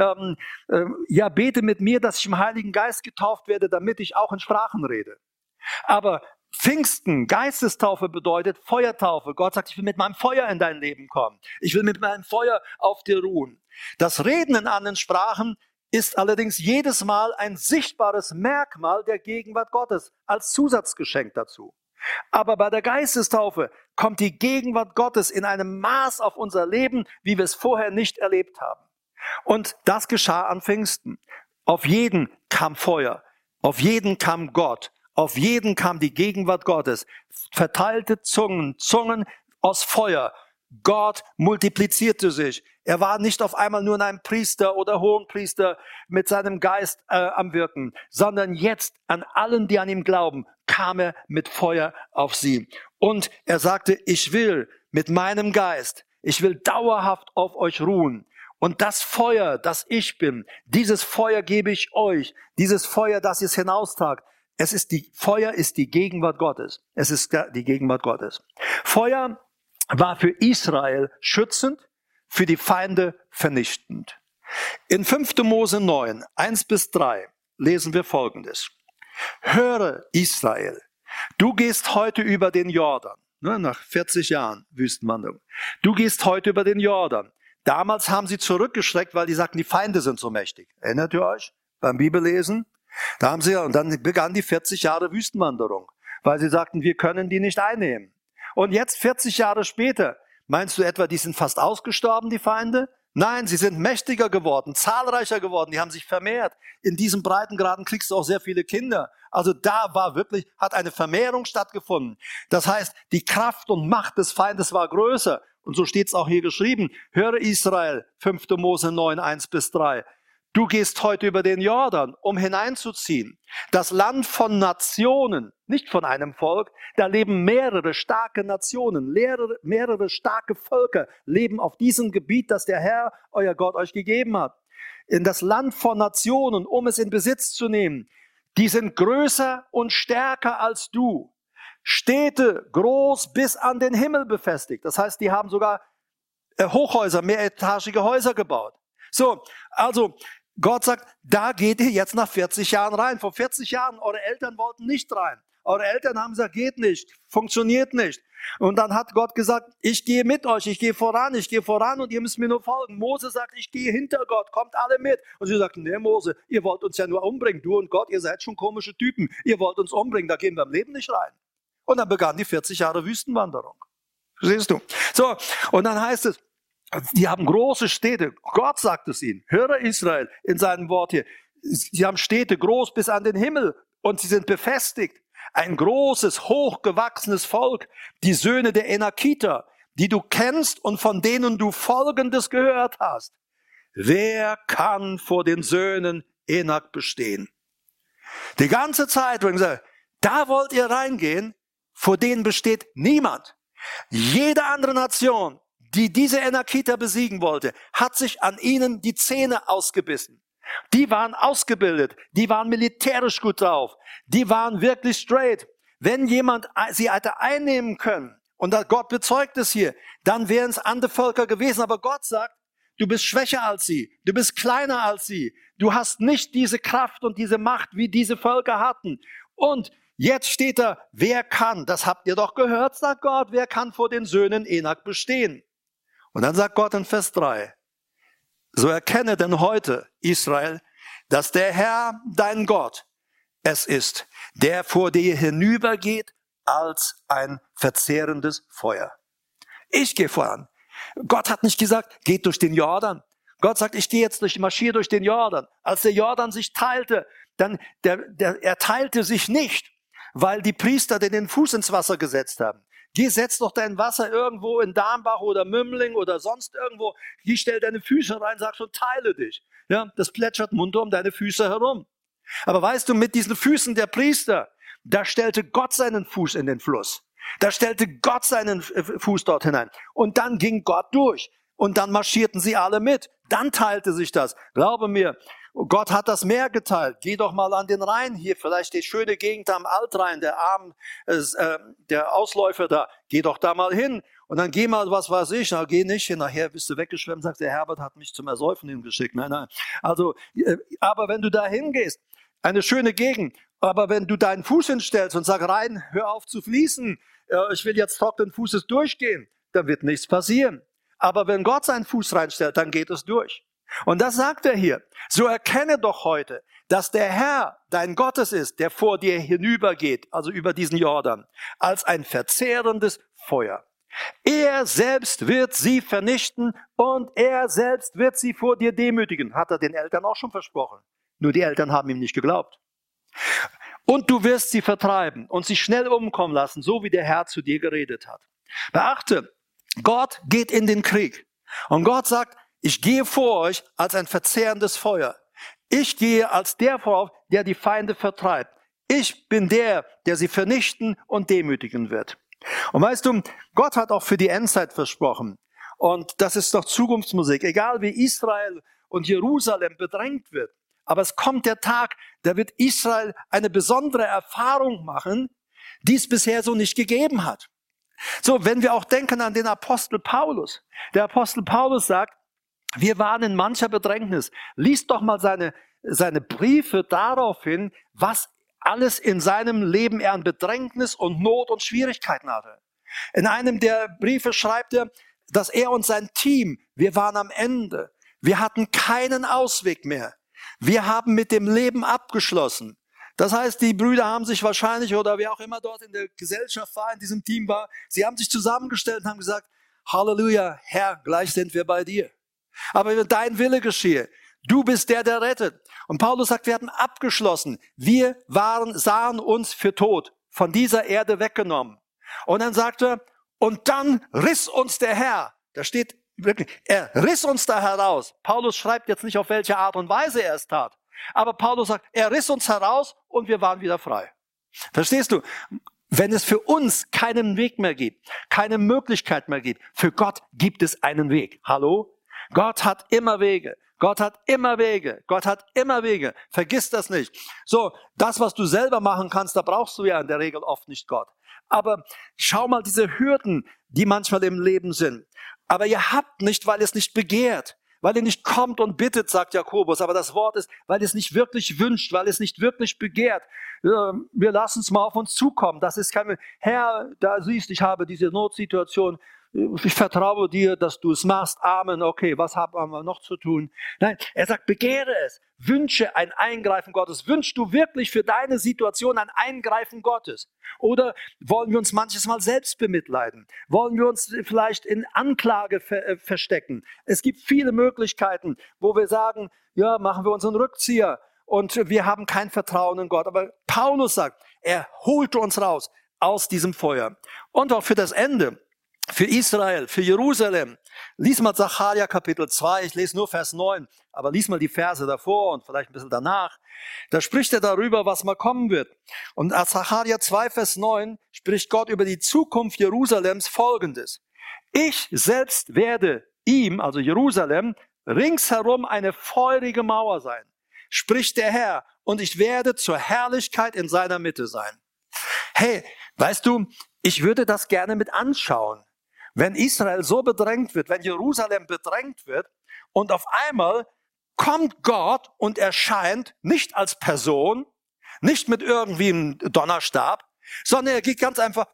[SPEAKER 1] bete mit mir, dass ich im Heiligen Geist getauft werde, damit ich auch in Sprachen rede. Aber Pfingsten, Geistestaufe bedeutet Feuertaufe. Gott sagt, ich will mit meinem Feuer in dein Leben kommen. Ich will mit meinem Feuer auf dir ruhen. Das Reden in anderen Sprachen ist allerdings jedes Mal ein sichtbares Merkmal der Gegenwart Gottes als Zusatzgeschenk dazu. Aber bei der Geistestaufe kommt die Gegenwart Gottes in einem Maß auf unser Leben, wie wir es vorher nicht erlebt haben. Und das geschah an Pfingsten. Auf jeden kam Feuer, auf jeden kam Gott. Auf jeden kam die Gegenwart Gottes, verteilte Zungen aus Feuer. Gott multiplizierte sich. Er war nicht auf einmal nur ein Priester oder Hohenpriester mit seinem Geist am Wirken, sondern jetzt an allen, die an ihm glauben, kam er mit Feuer auf sie. Und er sagte, ich will mit meinem Geist, ich will dauerhaft auf euch ruhen. Und das Feuer, das ich bin, dieses Feuer gebe ich euch, dieses Feuer, das es hinaustragt. Feuer ist die Gegenwart Gottes. Es ist die Gegenwart Gottes. Feuer war für Israel schützend, für die Feinde vernichtend. In 5. Mose 9, 1-3 lesen wir Folgendes. Höre, Israel, du gehst heute über den Jordan, nach 40 Jahren Wüstenwanderung. Du gehst heute über den Jordan. Damals haben sie zurückgeschreckt, weil die sagten, die Feinde sind so mächtig. Erinnert ihr euch beim Bibellesen? Und dann begann die 40 Jahre Wüstenwanderung, weil sie sagten, wir können die nicht einnehmen. Und jetzt 40 Jahre später, meinst du etwa, die sind fast ausgestorben, die Feinde? Nein, sie sind mächtiger geworden, zahlreicher geworden, die haben sich vermehrt. In diesem Breitengraden kriegst du auch sehr viele Kinder. Also hat eine Vermehrung stattgefunden. Das heißt, die Kraft und Macht des Feindes war größer. Und so steht es auch hier geschrieben. Höre Israel, 5. Mose 9, 1-3. Du gehst heute über den Jordan, um hineinzuziehen. Das Land von Nationen, nicht von einem Volk, da leben mehrere starke Nationen, mehrere starke Völker leben auf diesem Gebiet, das der Herr, euer Gott, euch gegeben hat. In das Land von Nationen, um es in Besitz zu nehmen. Die sind größer und stärker als du. Städte groß bis an den Himmel befestigt. Das heißt, die haben sogar Hochhäuser, mehretagige Häuser gebaut. So, also Gott sagt, da geht ihr jetzt nach 40 Jahren rein. Vor 40 Jahren, eure Eltern wollten nicht rein. Eure Eltern haben gesagt, geht nicht, funktioniert nicht. Und dann hat Gott gesagt, ich gehe mit euch, ich gehe voran und ihr müsst mir nur folgen. Mose sagt, ich gehe hinter Gott, kommt alle mit. Und sie sagten, nee Mose, ihr wollt uns ja nur umbringen, du und Gott, ihr seid schon komische Typen, ihr wollt uns umbringen, da gehen wir im Leben nicht rein. Und dann begann die 40 Jahre Wüstenwanderung. Verstehst du? So, und dann heißt es, die haben große Städte, Gott sagt es ihnen, höre Israel in seinem Wort hier, sie haben Städte groß bis an den Himmel und sie sind befestigt. Ein großes, hochgewachsenes Volk, die Söhne der Enakiter, die du kennst und von denen du Folgendes gehört hast. Wer kann vor den Söhnen Enak bestehen? Die ganze Zeit, wenn ich sage, da wollt ihr reingehen, vor denen besteht niemand. Jede andere Nation, die diese Enakiter besiegen wollte, hat sich an ihnen die Zähne ausgebissen. Die waren ausgebildet, die waren militärisch gut drauf, die waren wirklich straight. Wenn jemand sie hätte einnehmen können, und Gott bezeugt es hier, dann wären es andere Völker gewesen. Aber Gott sagt, du bist schwächer als sie, du bist kleiner als sie, du hast nicht diese Kraft und diese Macht, wie diese Völker hatten. Und jetzt steht da, wer kann, das habt ihr doch gehört, sagt Gott, wer kann vor den Söhnen Enak bestehen? Und dann sagt Gott in Vers 3, so erkenne denn heute, Israel, dass der Herr, dein Gott, es ist, der vor dir hinübergeht als ein verzehrendes Feuer. Ich gehe voran. Gott hat nicht gesagt, geht durch den Jordan. Gott sagt, ich marschiere durch den Jordan. Als der Jordan sich teilte, dann, er teilte sich nicht, weil die Priester den Fuß ins Wasser gesetzt haben. Geh, setz doch dein Wasser irgendwo in Darmbach oder Mümmling oder sonst irgendwo. Geh, stell deine Füße rein, sag schon, teile dich. Ja, das plätschert munter um deine Füße herum. Aber weißt du, mit diesen Füßen der Priester, da stellte Gott seinen Fuß in den Fluss. Da stellte Gott seinen Fuß dort hinein. Und dann ging Gott durch. Und dann marschierten sie alle mit. Dann teilte sich das. Glaube mir, Gott hat das Meer geteilt. Geh doch mal an den Rhein hier, vielleicht die schöne Gegend am Altrhein, der Ausläufer da. Geh doch da mal hin. Und dann geh mal, was weiß ich, geh nicht hin. Nachher bist du weggeschwemmt, sagst, der Herbert hat mich zum Ersäufen hingeschickt. Nein. Also, aber wenn du da hingehst, eine schöne Gegend, aber wenn du deinen Fuß hinstellst und sagst, Rhein, hör auf zu fließen, ich will jetzt trockenen Fußes durchgehen, dann wird nichts passieren. Aber wenn Gott seinen Fuß reinstellt, dann geht es durch. Und das sagt er hier. So erkenne doch heute, dass der Herr dein Gottes ist, der vor dir hinübergeht, also über diesen Jordan, als ein verzehrendes Feuer. Er selbst wird sie vernichten und er selbst wird sie vor dir demütigen. Hat er den Eltern auch schon versprochen. Nur die Eltern haben ihm nicht geglaubt. Und du wirst sie vertreiben und sie schnell umkommen lassen, so wie der Herr zu dir geredet hat. Beachte, Gott geht in den Krieg. Und Gott sagt, ich gehe vor euch als ein verzehrendes Feuer. Ich gehe als der vorauf, der die Feinde vertreibt. Ich bin der sie vernichten und demütigen wird. Und weißt du, Gott hat auch für die Endzeit versprochen. Und das ist doch Zukunftsmusik. Egal wie Israel und Jerusalem bedrängt wird. Aber es kommt der Tag, da wird Israel eine besondere Erfahrung machen, die es bisher so nicht gegeben hat. So, wenn wir auch denken an den Apostel Paulus. Der Apostel Paulus sagt, wir waren in mancher Bedrängnis. Lies doch mal seine Briefe darauf hin, was alles in seinem Leben er an Bedrängnis und Not und Schwierigkeiten hatte. In einem der Briefe schreibt er, dass er und sein Team, wir waren am Ende. Wir hatten keinen Ausweg mehr. Wir haben mit dem Leben abgeschlossen. Das heißt, die Brüder haben sich wahrscheinlich, oder wer auch immer dort in der Gesellschaft war, in diesem Team war, sie haben sich zusammengestellt und haben gesagt, Halleluja, Herr, gleich sind wir bei dir. Aber wenn dein Wille geschehe, du bist der rettet. Und Paulus sagt, wir hatten abgeschlossen. Wir sahen uns für tot, von dieser Erde weggenommen. Und dann sagt er, und dann riss uns der Herr. Da steht wirklich, er riss uns da heraus. Paulus schreibt jetzt nicht, auf welche Art und Weise er es tat. Aber Paulus sagt, er riss uns heraus und wir waren wieder frei. Verstehst du? Wenn es für uns keinen Weg mehr gibt, keine Möglichkeit mehr gibt, für Gott gibt es einen Weg. Hallo? Gott hat immer Wege. Gott hat immer Wege. Gott hat immer Wege. Vergiss das nicht. So, das, was du selber machen kannst, da brauchst du ja in der Regel oft nicht Gott. Aber schau mal diese Hürden, die manchmal im Leben sind. Aber ihr habt nicht, weil ihr es nicht begehrt, weil ihr nicht kommt und bittet, sagt Jakobus. Aber das Wort ist, weil ihr es nicht wirklich wünscht, weil ihr es nicht wirklich begehrt. Wir lassen es mal auf uns zukommen. Das ist kein, Herr, da siehst, ich habe diese Notsituation. Ich vertraue dir, dass du es machst. Amen. Okay, was haben wir noch zu tun? Nein, er sagt, begehre es. Wünsche ein Eingreifen Gottes. Wünschst du wirklich für deine Situation ein Eingreifen Gottes? Oder wollen wir uns manches Mal selbst bemitleiden? Wollen wir uns vielleicht in Anklage verstecken? Es gibt viele Möglichkeiten, wo wir sagen, ja, machen wir unseren Rückzieher und wir haben kein Vertrauen in Gott. Aber Paulus sagt, er holte uns raus aus diesem Feuer. Und auch für das Ende. Für Israel, für Jerusalem. Lies mal Sacharja Kapitel 2, ich lese nur Vers 9, aber lies mal die Verse davor und vielleicht ein bisschen danach. Da spricht er darüber, was mal kommen wird. Und als Sacharja 2, Vers 9 spricht Gott über die Zukunft Jerusalems Folgendes. Ich selbst werde ihm, also Jerusalem, ringsherum eine feurige Mauer sein, spricht der Herr, und ich werde zur Herrlichkeit in seiner Mitte sein. Hey, weißt du, ich würde das gerne mit anschauen. Wenn Israel so bedrängt wird, wenn Jerusalem bedrängt wird und auf einmal kommt Gott und erscheint nicht als Person, nicht mit irgendwie einem Donnerstab, sondern er geht ganz einfach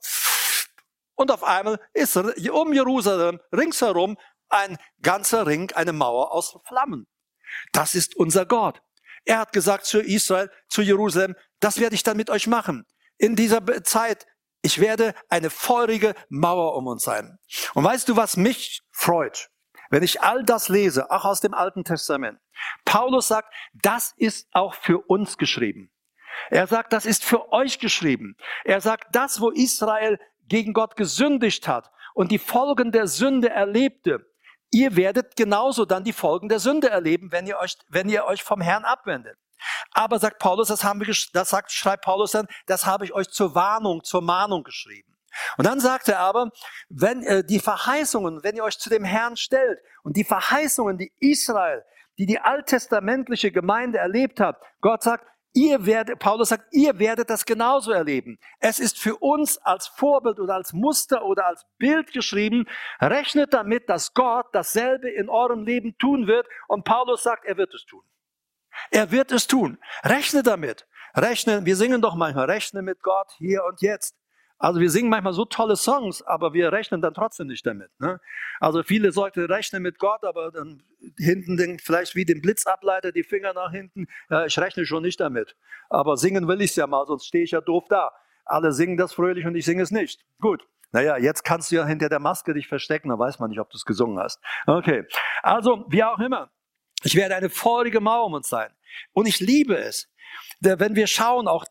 [SPEAKER 1] und auf einmal ist um Jerusalem ringsherum ein ganzer Ring, eine Mauer aus Flammen. Das ist unser Gott. Er hat gesagt zu Israel, zu Jerusalem, das werde ich dann mit euch machen. In dieser Zeit, ich werde eine feurige Mauer um uns sein. Und weißt du, was mich freut? Wenn ich all das lese, auch aus dem Alten Testament. Paulus sagt, das ist auch für uns geschrieben. Er sagt, das ist für euch geschrieben. Er sagt, das, wo Israel gegen Gott gesündigt hat und die Folgen der Sünde erlebte, ihr werdet genauso dann die Folgen der Sünde erleben, wenn ihr euch vom Herrn abwendet. Aber sagt Paulus, schreibt Paulus dann, das habe ich euch zur Warnung, zur Mahnung geschrieben. Und dann sagt er aber, wenn die Verheißungen, wenn ihr euch zu dem Herrn stellt und die Verheißungen, die Israel, die alttestamentliche Gemeinde erlebt hat, Gott sagt, Paulus sagt, ihr werdet das genauso erleben. Es ist für uns als Vorbild oder als Muster oder als Bild geschrieben. Rechnet damit, dass Gott dasselbe in eurem Leben tun wird. Und Paulus sagt, er wird es tun. Er wird es tun. Rechne damit. Wir singen doch manchmal, rechne mit Gott hier und jetzt. Also wir singen manchmal so tolle Songs, aber wir rechnen dann trotzdem nicht damit. Ne? Also viele Leute rechnen mit Gott, aber dann hinten vielleicht wie den Blitzableiter, die Finger nach hinten. Ja, ich rechne schon nicht damit. Aber singen will ich es ja mal, sonst stehe ich ja doof da. Alle singen das fröhlich und ich singe es nicht. Gut. Naja, jetzt kannst du ja hinter der Maske dich verstecken, dann weiß man nicht, ob du es gesungen hast. Okay. Also, wie auch immer. Ich werde eine feurige Mauer um uns sein. Und ich liebe es, wenn wir schauen, auch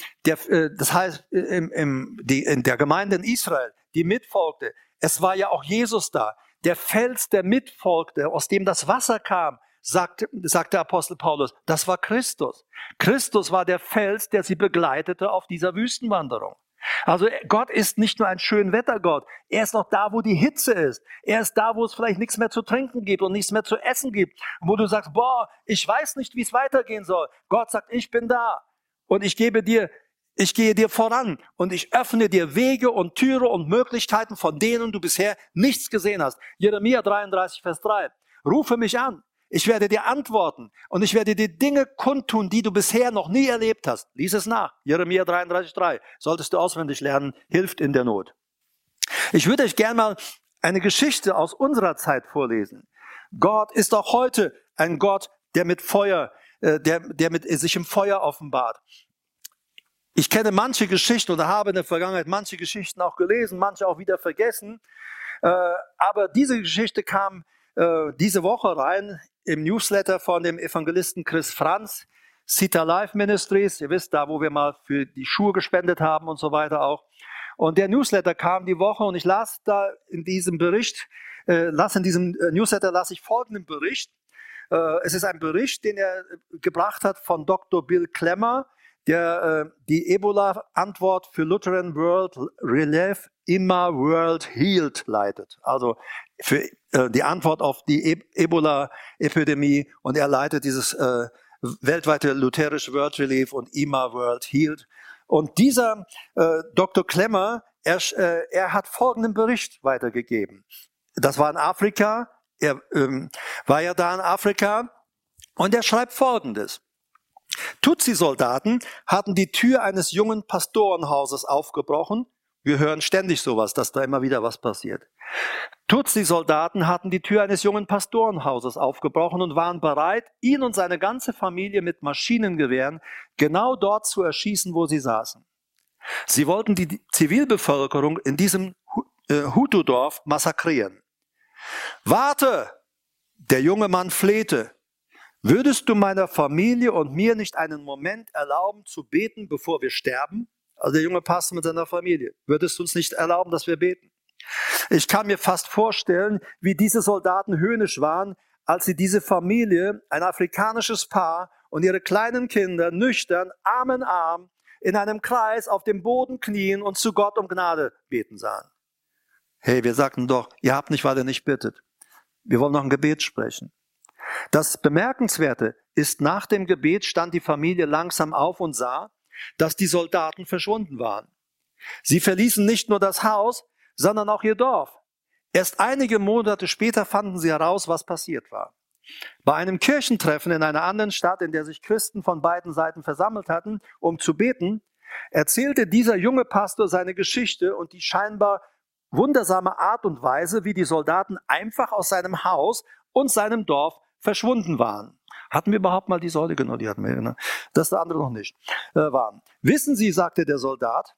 [SPEAKER 1] das heißt, in der Gemeinde in Israel, die mitfolgte, es war ja auch Jesus da. Der Fels, der mitfolgte, aus dem das Wasser kam, sagt der Apostel Paulus, das war Christus. Christus war der Fels, der sie begleitete auf dieser Wüstenwanderung. Also Gott ist nicht nur ein Schönwettergott, er ist auch da, wo die Hitze ist. Er ist da, wo es vielleicht nichts mehr zu trinken gibt und nichts mehr zu essen gibt. Wo du sagst, ich weiß nicht, wie es weitergehen soll. Gott sagt, ich bin da und ich gehe dir voran und ich öffne dir Wege und Türe und Möglichkeiten, von denen du bisher nichts gesehen hast. Jeremia 33, Vers 3. Rufe mich an. Ich werde dir antworten und ich werde dir Dinge kundtun, die du bisher noch nie erlebt hast. Lies es nach. Jeremia 33,3. Solltest du auswendig lernen, hilft in der Not. Ich würde euch gerne mal eine Geschichte aus unserer Zeit vorlesen. Gott ist auch heute ein Gott, der mit Feuer, der mit sich im Feuer offenbart. Ich kenne manche Geschichten oder habe in der Vergangenheit manche Geschichten auch gelesen, manche auch wieder vergessen. Aber diese Geschichte kam diese Woche rein im Newsletter von dem Evangelisten Chris Franz, Sita Life Ministries. Ihr wisst, da wo wir mal für die Schuhe gespendet haben und so weiter auch. Und der Newsletter kam die Woche und ich las da in diesem Bericht, Newsletter lasse ich folgenden Bericht. Es ist ein Bericht, den er gebracht hat von Dr. Bill Clemmer, der die Ebola-Antwort für Lutheran World Relief Immer World Healed leitet. Also für die Antwort auf die Ebola-Epidemie, und er leitet dieses weltweite lutherische World Relief und Immer World Healed. Und dieser Dr. Clemmer, er hat folgenden Bericht weitergegeben. Das war in Afrika, Er war ja da in Afrika und er schreibt Folgendes. Tutsi-Soldaten hatten die Tür eines jungen Pastorenhauses aufgebrochen. Wir hören ständig sowas, dass da immer wieder was passiert. Tutsi-Soldaten hatten die Tür eines jungen Pastorenhauses aufgebrochen und waren bereit, ihn und seine ganze Familie mit Maschinengewehren genau dort zu erschießen, wo sie saßen. Sie wollten die Zivilbevölkerung in diesem Hutu-Dorf massakrieren. Warte! Der junge Mann flehte. Würdest du meiner Familie und mir nicht einen Moment erlauben zu beten, bevor wir sterben? Also der junge Pastor mit seiner Familie. Würdest du uns nicht erlauben, dass wir beten? Ich kann mir fast vorstellen, wie diese Soldaten höhnisch waren, als sie diese Familie, ein afrikanisches Paar und ihre kleinen Kinder nüchtern, Arm in Arm, in einem Kreis auf dem Boden knien und zu Gott um Gnade beten sahen. Hey, wir sagten doch, ihr habt nicht, weil ihr nicht bittet. Wir wollen noch ein Gebet sprechen. Das Bemerkenswerte ist, nach dem Gebet stand die Familie langsam auf und sah, dass die Soldaten verschwunden waren. Sie verließen nicht nur das Haus, sondern auch ihr Dorf. Erst einige Monate später fanden sie heraus, was passiert war. Bei einem Kirchentreffen in einer anderen Stadt, in der sich Christen von beiden Seiten versammelt hatten, um zu beten, erzählte dieser junge Pastor seine Geschichte und die scheinbar wundersame Art und Weise, wie die Soldaten einfach aus seinem Haus und seinem Dorf verschwunden waren. Hatten wir überhaupt mal die Säule? Genau, die hatten wir, ne? Das der andere noch nicht waren. Wissen Sie, sagte der Soldat,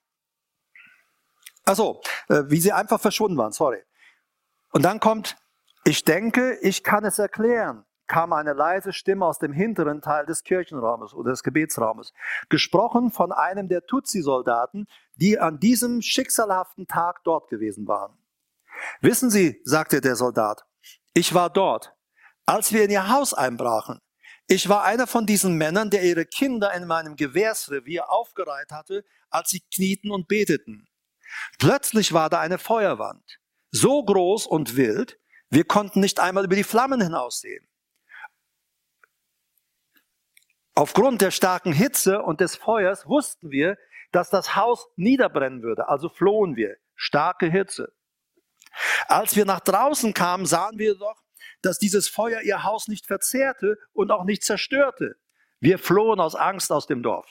[SPEAKER 1] wie sie einfach verschwunden waren, sorry. Und dann kommt, ich denke, ich kann es erklären, kam eine leise Stimme aus dem hinteren Teil des Kirchenraumes oder des Gebetsraumes, gesprochen von einem der Tutsi-Soldaten, die an diesem schicksalhaften Tag dort gewesen waren. Wissen Sie, sagte der Soldat, ich war dort, als wir in ihr Haus einbrachen. Ich war einer von diesen Männern, der ihre Kinder in meinem Gewehrsrevier aufgereiht hatte, als sie knieten und beteten. Plötzlich war da eine Feuerwand, so groß und wild, wir konnten nicht einmal über die Flammen hinaussehen. Aufgrund der starken Hitze und des Feuers wussten wir, dass das Haus niederbrennen würde, also flohen wir. Starke Hitze. Als wir nach draußen kamen, sahen wir doch, dass dieses Feuer ihr Haus nicht verzehrte und auch nicht zerstörte. Wir flohen aus Angst aus dem Dorf.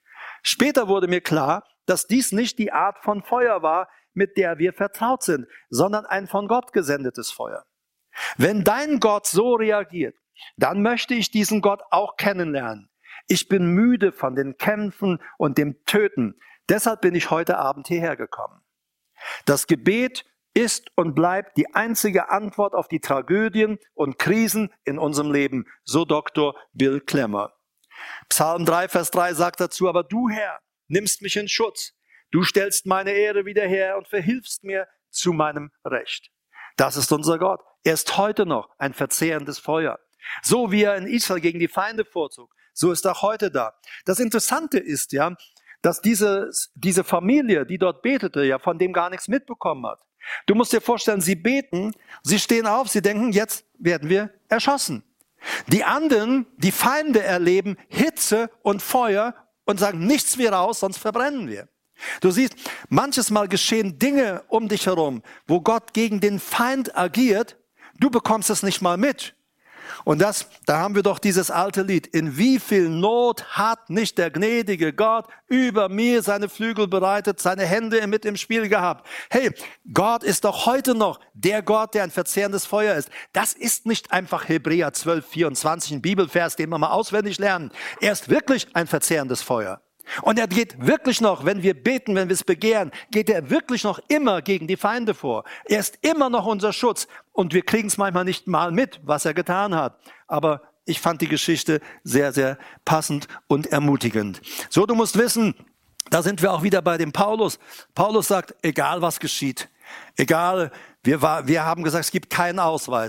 [SPEAKER 1] Später wurde mir klar, dass dies nicht die Art von Feuer war, mit der wir vertraut sind, sondern ein von Gott gesendetes Feuer. Wenn dein Gott so reagiert, dann möchte ich diesen Gott auch kennenlernen. Ich bin müde von den Kämpfen und dem Töten. Deshalb bin ich heute Abend hierher gekommen. Das Gebet ist und bleibt die einzige Antwort auf die Tragödien und Krisen in unserem Leben, so Dr. Bill Clemmer. Psalm 3, Vers 3 sagt dazu, aber du, Herr, nimmst mich in Schutz. Du stellst meine Ehre wieder her und verhilfst mir zu meinem Recht. Das ist unser Gott. Er ist heute noch ein verzehrendes Feuer. So wie er in Israel gegen die Feinde vorzog, so ist er auch heute da. Das Interessante ist ja, dass diese Familie, die dort betete, ja von dem gar nichts mitbekommen hat. Du musst dir vorstellen, sie beten, sie stehen auf, sie denken, jetzt werden wir erschossen. Die anderen, die Feinde erleben Hitze und Feuer und sagen, nichts wie raus, sonst verbrennen wir. Du siehst, manches Mal geschehen Dinge um dich herum, wo Gott gegen den Feind agiert, du bekommst es nicht mal mit. Und da haben wir doch dieses alte Lied. In wie viel Not hat nicht der gnädige Gott über mir seine Flügel bereitet, seine Hände mit im Spiel gehabt. Hey, Gott ist doch heute noch der Gott, der ein verzehrendes Feuer ist. Das ist nicht einfach Hebräer 12, 24, ein Bibelvers, den wir mal auswendig lernen. Er ist wirklich ein verzehrendes Feuer. Und er geht wirklich noch, wenn wir beten, wenn wir es begehren, geht er wirklich noch immer gegen die Feinde vor. Er ist immer noch unser Schutz. Und wir kriegen es manchmal nicht mal mit, was er getan hat. Aber ich fand die Geschichte sehr, sehr passend und ermutigend. So, du musst wissen, da sind wir auch wieder bei dem Paulus. Paulus sagt, egal was geschieht, egal, wir haben gesagt, es gibt keinen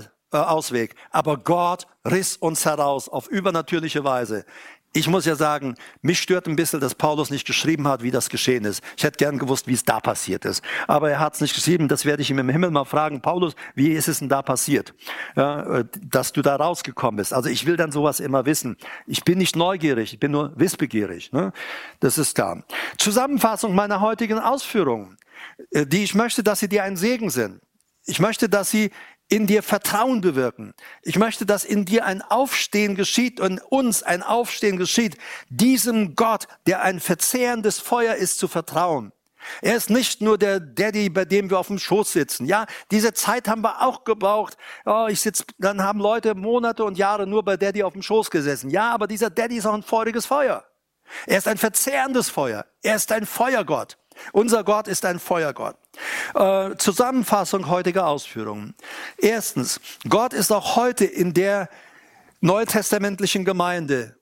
[SPEAKER 1] Ausweg. Aber Gott riss uns heraus auf übernatürliche Weise. Ich muss ja sagen, mich stört ein bisschen, dass Paulus nicht geschrieben hat, wie das geschehen ist. Ich hätte gern gewusst, wie es da passiert ist. Aber er hat es nicht geschrieben, das werde ich ihm im Himmel mal fragen. Paulus, wie ist es denn da passiert, ja, dass du da rausgekommen bist? Also ich will dann sowas immer wissen. Ich bin nicht neugierig, ich bin nur wissbegierig. Ne? Das ist da. Zusammenfassung meiner heutigen Ausführungen, die ich möchte, dass sie dir ein Segen sind. Ich möchte, dass sie in dir Vertrauen bewirken. Ich möchte, dass in dir ein Aufstehen geschieht und uns ein Aufstehen geschieht, diesem Gott, der ein verzehrendes Feuer ist, zu vertrauen. Er ist nicht nur der Daddy, bei dem wir auf dem Schoß sitzen. Ja, diese Zeit haben wir auch gebraucht. Oh, dann haben Leute Monate und Jahre nur bei Daddy auf dem Schoß gesessen. Ja, aber dieser Daddy ist auch ein feuriges Feuer. Er ist ein verzehrendes Feuer. Er ist ein Feuergott. Unser Gott ist ein Feuergott. Zusammenfassung heutiger Ausführungen. Erstens, Gott ist auch heute in der neutestamentlichen Gemeinde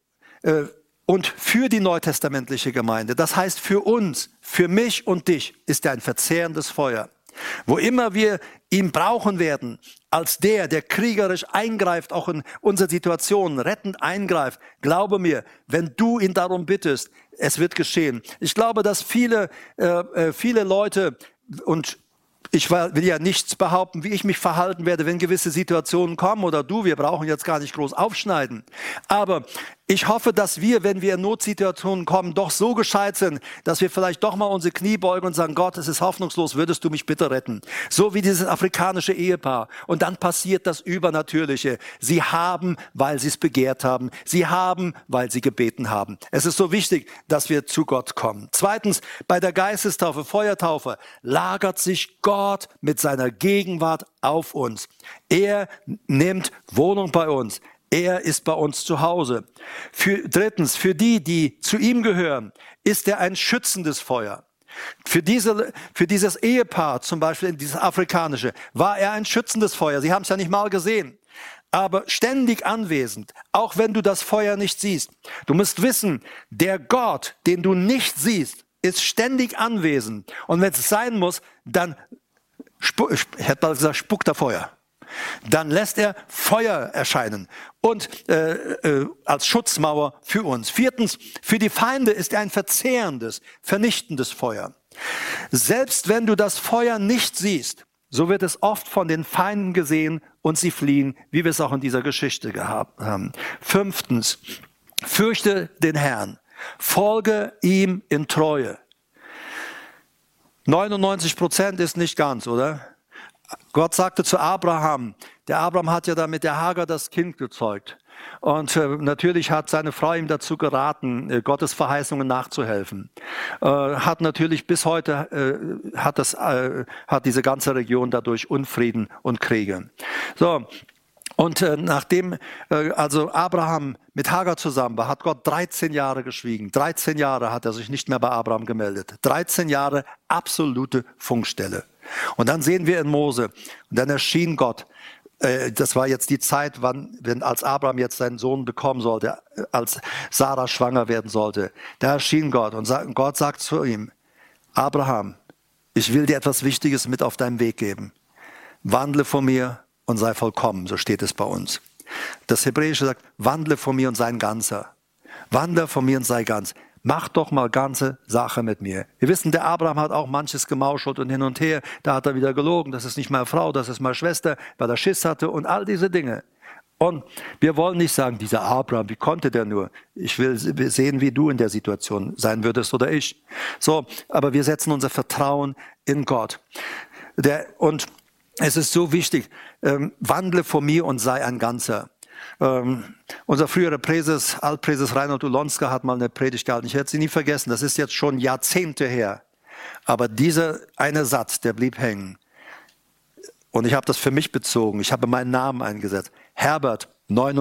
[SPEAKER 1] und für die neutestamentliche Gemeinde, das heißt für uns, für mich und dich, ist er ein verzehrendes Feuer. Wo immer wir ihn brauchen werden, als der kriegerisch eingreift, auch in unsere Situationen, rettend eingreift, glaube mir, wenn du ihn darum bittest, es wird geschehen. Ich glaube, dass viele Leute, und ich will ja nichts behaupten, wie ich mich verhalten werde, wenn gewisse Situationen kommen, oder wir brauchen jetzt gar nicht groß aufschneiden. Aber ich hoffe, dass wir, wenn wir in Notsituationen kommen, doch so gescheit sind, dass wir vielleicht doch mal unsere Knie beugen und sagen, Gott, es ist hoffnungslos, würdest du mich bitte retten? So wie dieses afrikanische Ehepaar. Und dann passiert das Übernatürliche. Sie haben, weil sie es begehrt haben. Sie haben, weil sie gebeten haben. Es ist so wichtig, dass wir zu Gott kommen. Zweitens, bei der Geistestaufe, Feuertaufe, lagert sich Gott mit seiner Gegenwart auf uns. Er nimmt Wohnung bei uns. Er ist bei uns zu Hause. Drittens, für die zu ihm gehören, ist er ein schützendes Feuer. Für dieses Ehepaar, zum Beispiel dieses afrikanische, war er ein schützendes Feuer. Sie haben es ja nicht mal gesehen, aber ständig anwesend, auch wenn du das Feuer nicht siehst. Du musst wissen, der Gott, den du nicht siehst, ist ständig anwesend. Und wenn es sein muss, dann, ich hätte mal gesagt, spuckt er Feuer. Dann lässt er Feuer erscheinen und als Schutzmauer für uns. Viertens, für die Feinde ist er ein verzehrendes, vernichtendes Feuer. Selbst wenn du das Feuer nicht siehst, so wird es oft von den Feinden gesehen und sie fliehen, wie wir es auch in dieser Geschichte gehabt haben. Fünftens, fürchte den Herrn, folge ihm in Treue. 99% ist nicht ganz, oder? Gott sagte zu Abraham, der Abraham hat ja da mit der Hagar das Kind gezeugt. Und natürlich hat seine Frau ihm dazu geraten, Gottes Verheißungen nachzuhelfen. Hat natürlich bis heute, hat diese ganze Region dadurch Unfrieden und Kriege. So. Und nachdem also Abraham mit Hagar zusammen war, hat Gott 13 Jahre geschwiegen. 13 Jahre hat er sich nicht mehr bei Abraham gemeldet. 13 Jahre absolute Funkstelle. Und dann sehen wir in Mose, und dann erschien Gott. Das war jetzt die Zeit, als Abraham jetzt seinen Sohn bekommen sollte, als Sarah schwanger werden sollte. Da erschien Gott und Gott sagt zu ihm, Abraham, ich will dir etwas Wichtiges mit auf deinen Weg geben. Wandle vor mir und sei vollkommen, so steht es bei uns. Das Hebräische sagt, wandle vor mir und sei ein Ganzer. Wandle vor mir und sei ganz. Mach doch mal ganze Sache mit mir. Wir wissen, der Abraham hat auch manches gemauschelt und hin und her. Da hat er wieder gelogen, das ist nicht meine Frau, das ist meine Schwester, weil er Schiss hatte und all diese Dinge. Und wir wollen nicht sagen, dieser Abraham, wie konnte der nur? Ich will sehen, wie du in der Situation sein würdest oder ich. So, aber wir setzen unser Vertrauen in Gott. Und es ist so wichtig, wandle vor mir und sei ein Ganzer. Unser früherer Altpräses Reinhold Ulonska hat mal eine Predigt gehalten. Ich werde sie nie vergessen. Das ist jetzt schon Jahrzehnte her. Aber dieser eine Satz, der blieb hängen. Und ich habe das für mich bezogen. Ich habe meinen Namen eingesetzt. Herbert,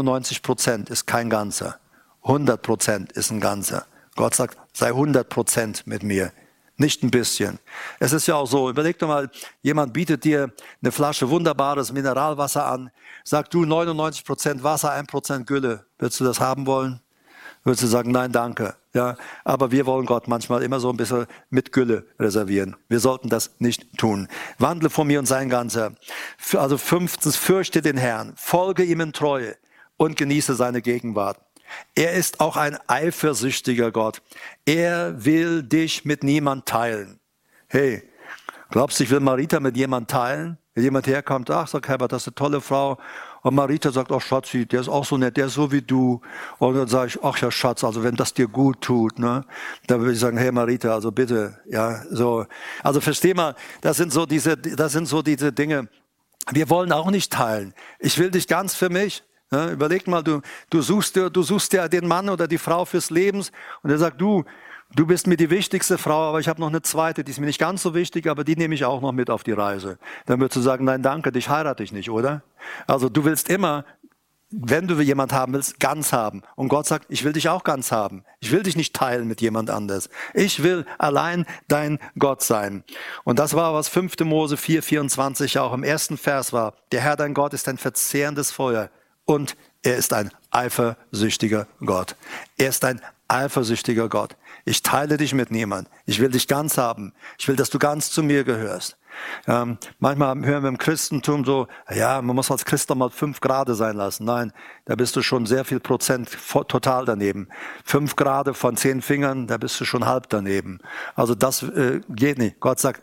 [SPEAKER 1] 99% ist kein Ganzer. 100% ist ein Ganzer. Gott sagt, sei 100% mit mir. Nicht ein bisschen. Es ist ja auch so, überleg doch mal, jemand bietet dir eine Flasche wunderbares Mineralwasser an, sagt du 99% Wasser, 1% Gülle. Würdest du das haben wollen? Würdest du sagen, nein, danke. Ja, aber wir wollen Gott manchmal immer so ein bisschen mit Gülle reservieren. Wir sollten das nicht tun. Wandle vor mir und sei ein Ganzer. Also 5. Fürchte den Herrn, folge ihm in Treue und genieße seine Gegenwart. Er ist auch ein eifersüchtiger Gott. Er will dich mit niemand teilen. Hey, glaubst du, ich will Marita mit jemand teilen? Wenn jemand herkommt, ach, sagt Herbert, das ist eine tolle Frau. Und Marita sagt, ach Schatzi, der ist auch so nett, der ist so wie du. Und dann sage ich, ach ja Schatz, also wenn das dir gut tut, ne, dann würde ich sagen, hey Marita, also bitte, ja, so. Also versteh mal, das sind so diese Dinge. Wir wollen auch nicht teilen. Ich will dich ganz für mich. Ja, überleg mal, du suchst ja den Mann oder die Frau fürs Leben und er sagt, du bist mir die wichtigste Frau, aber ich habe noch eine zweite, die ist mir nicht ganz so wichtig, aber die nehme ich auch noch mit auf die Reise. Dann würdest du sagen, nein, danke, dich heirate ich nicht, oder? Also du willst immer, wenn du jemand haben willst, ganz haben. Und Gott sagt, ich will dich auch ganz haben. Ich will dich nicht teilen mit jemand anders. Ich will allein dein Gott sein. Und das war, was 5. Mose 4,24 auch im ersten Vers war. Der Herr, dein Gott, ist ein verzehrendes Feuer und er ist ein eifersüchtiger Gott. Er ist ein eifersüchtiger Gott. Ich teile dich mit niemand. Ich will dich ganz haben. Ich will, dass du ganz zu mir gehörst. Manchmal hören wir im Christentum so, ja, man muss als Christ doch mal 5 Grade sein lassen. Nein, da bist du schon sehr viel Prozent total daneben. 5 Grade von 10 Fingern, da bist du schon halb daneben. Also das geht nicht. Gott sagt,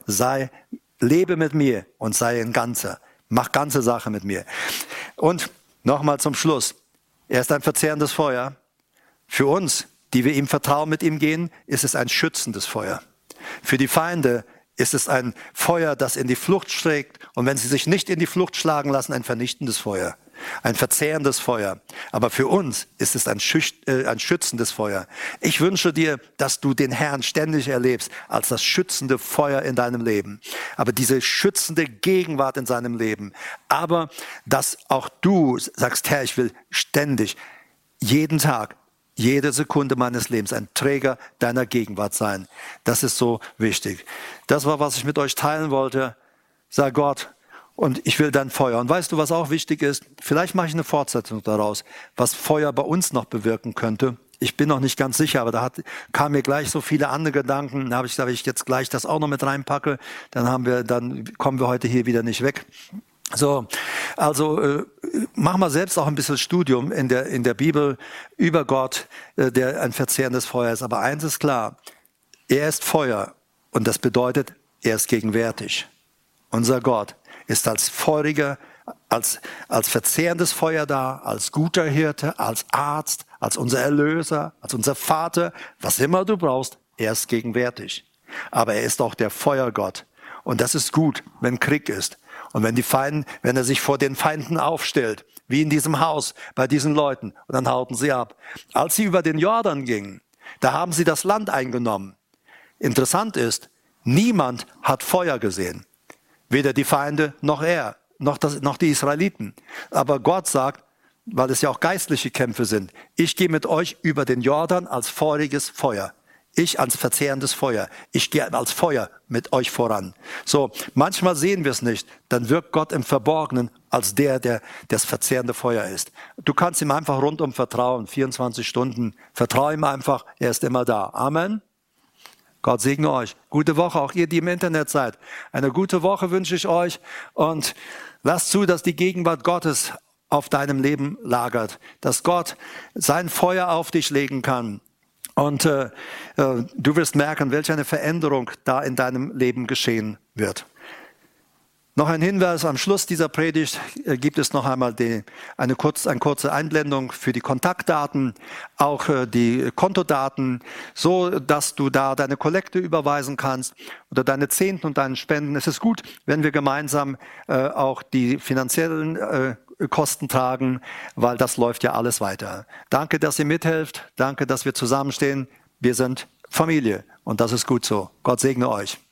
[SPEAKER 1] lebe mit mir und sei ein Ganzer. Mach ganze Sache mit mir. Und nochmal zum Schluss. Er ist ein verzehrendes Feuer. Für uns, die wir ihm vertrauen, mit ihm gehen, ist es ein schützendes Feuer. Für die Feinde ist es ein Feuer, das in die Flucht schlägt und wenn sie sich nicht in die Flucht schlagen lassen, ein vernichtendes Feuer, ein verzehrendes Feuer. Aber für uns ist es ein schützendes Feuer. Ich wünsche dir, dass du den Herrn ständig erlebst als das schützende Feuer in deinem Leben. Aber diese schützende Gegenwart in seinem Leben. Aber dass auch du sagst, Herr, ich will ständig, jeden Tag, jede Sekunde meines Lebens ein Träger deiner Gegenwart sein. Das ist so wichtig. Das war, was ich mit euch teilen wollte. Sag Gott, und ich will dein Feuer. Und weißt du, was auch wichtig ist? Vielleicht mache ich eine Fortsetzung daraus, was Feuer bei uns noch bewirken könnte. Ich bin noch nicht ganz sicher, aber kamen mir gleich so viele andere Gedanken. Da habe ich gesagt, wenn ich jetzt gleich das auch noch mit reinpacke, dann kommen wir heute hier wieder nicht weg. So, also mach mal selbst auch ein bisschen Studium in der Bibel über Gott, der ein verzehrendes Feuer ist. Aber eins ist klar, er ist Feuer und das bedeutet, er ist gegenwärtig. Unser Gott ist als feuriger, als verzehrendes Feuer da, als guter Hirte, als Arzt, als unser Erlöser, als unser Vater, was immer du brauchst, er ist gegenwärtig. Aber er ist auch der Feuergott. Und das ist gut, wenn Krieg ist. Und wenn er sich vor den Feinden aufstellt, wie in diesem Haus, bei diesen Leuten, und dann hauten sie ab. Als sie über den Jordan gingen, da haben sie das Land eingenommen. Interessant ist, niemand hat Feuer gesehen. Weder die Feinde, noch er, noch die Israeliten. Aber Gott sagt, weil es ja auch geistliche Kämpfe sind, ich gehe mit euch über den Jordan als feuriges Feuer. Ich als verzehrendes Feuer. Ich gehe als Feuer mit euch voran. So, manchmal sehen wir es nicht. Dann wirkt Gott im Verborgenen als der das verzehrende Feuer ist. Du kannst ihm einfach rundum vertrauen. 24 Stunden. Vertraue ihm einfach. Er ist immer da. Amen. Gott segne euch. Gute Woche, auch ihr, die im Internet seid. Eine gute Woche wünsche ich euch. Und lasst zu, dass die Gegenwart Gottes auf deinem Leben lagert. Dass Gott sein Feuer auf dich legen kann. Und du wirst merken, welche eine Veränderung da in deinem Leben geschehen wird. Noch ein Hinweis, am Schluss dieser Predigt gibt es noch einmal eine kurze Einblendung für die Kontaktdaten, auch die Kontodaten, so dass du da deine Kollekte überweisen kannst oder deine Zehnten und deinen Spenden. Es ist gut, wenn wir gemeinsam auch die finanziellen Kosten tragen, weil das läuft ja alles weiter. Danke, dass ihr mithelft. Danke, dass wir zusammenstehen. Wir sind Familie und das ist gut so. Gott segne euch.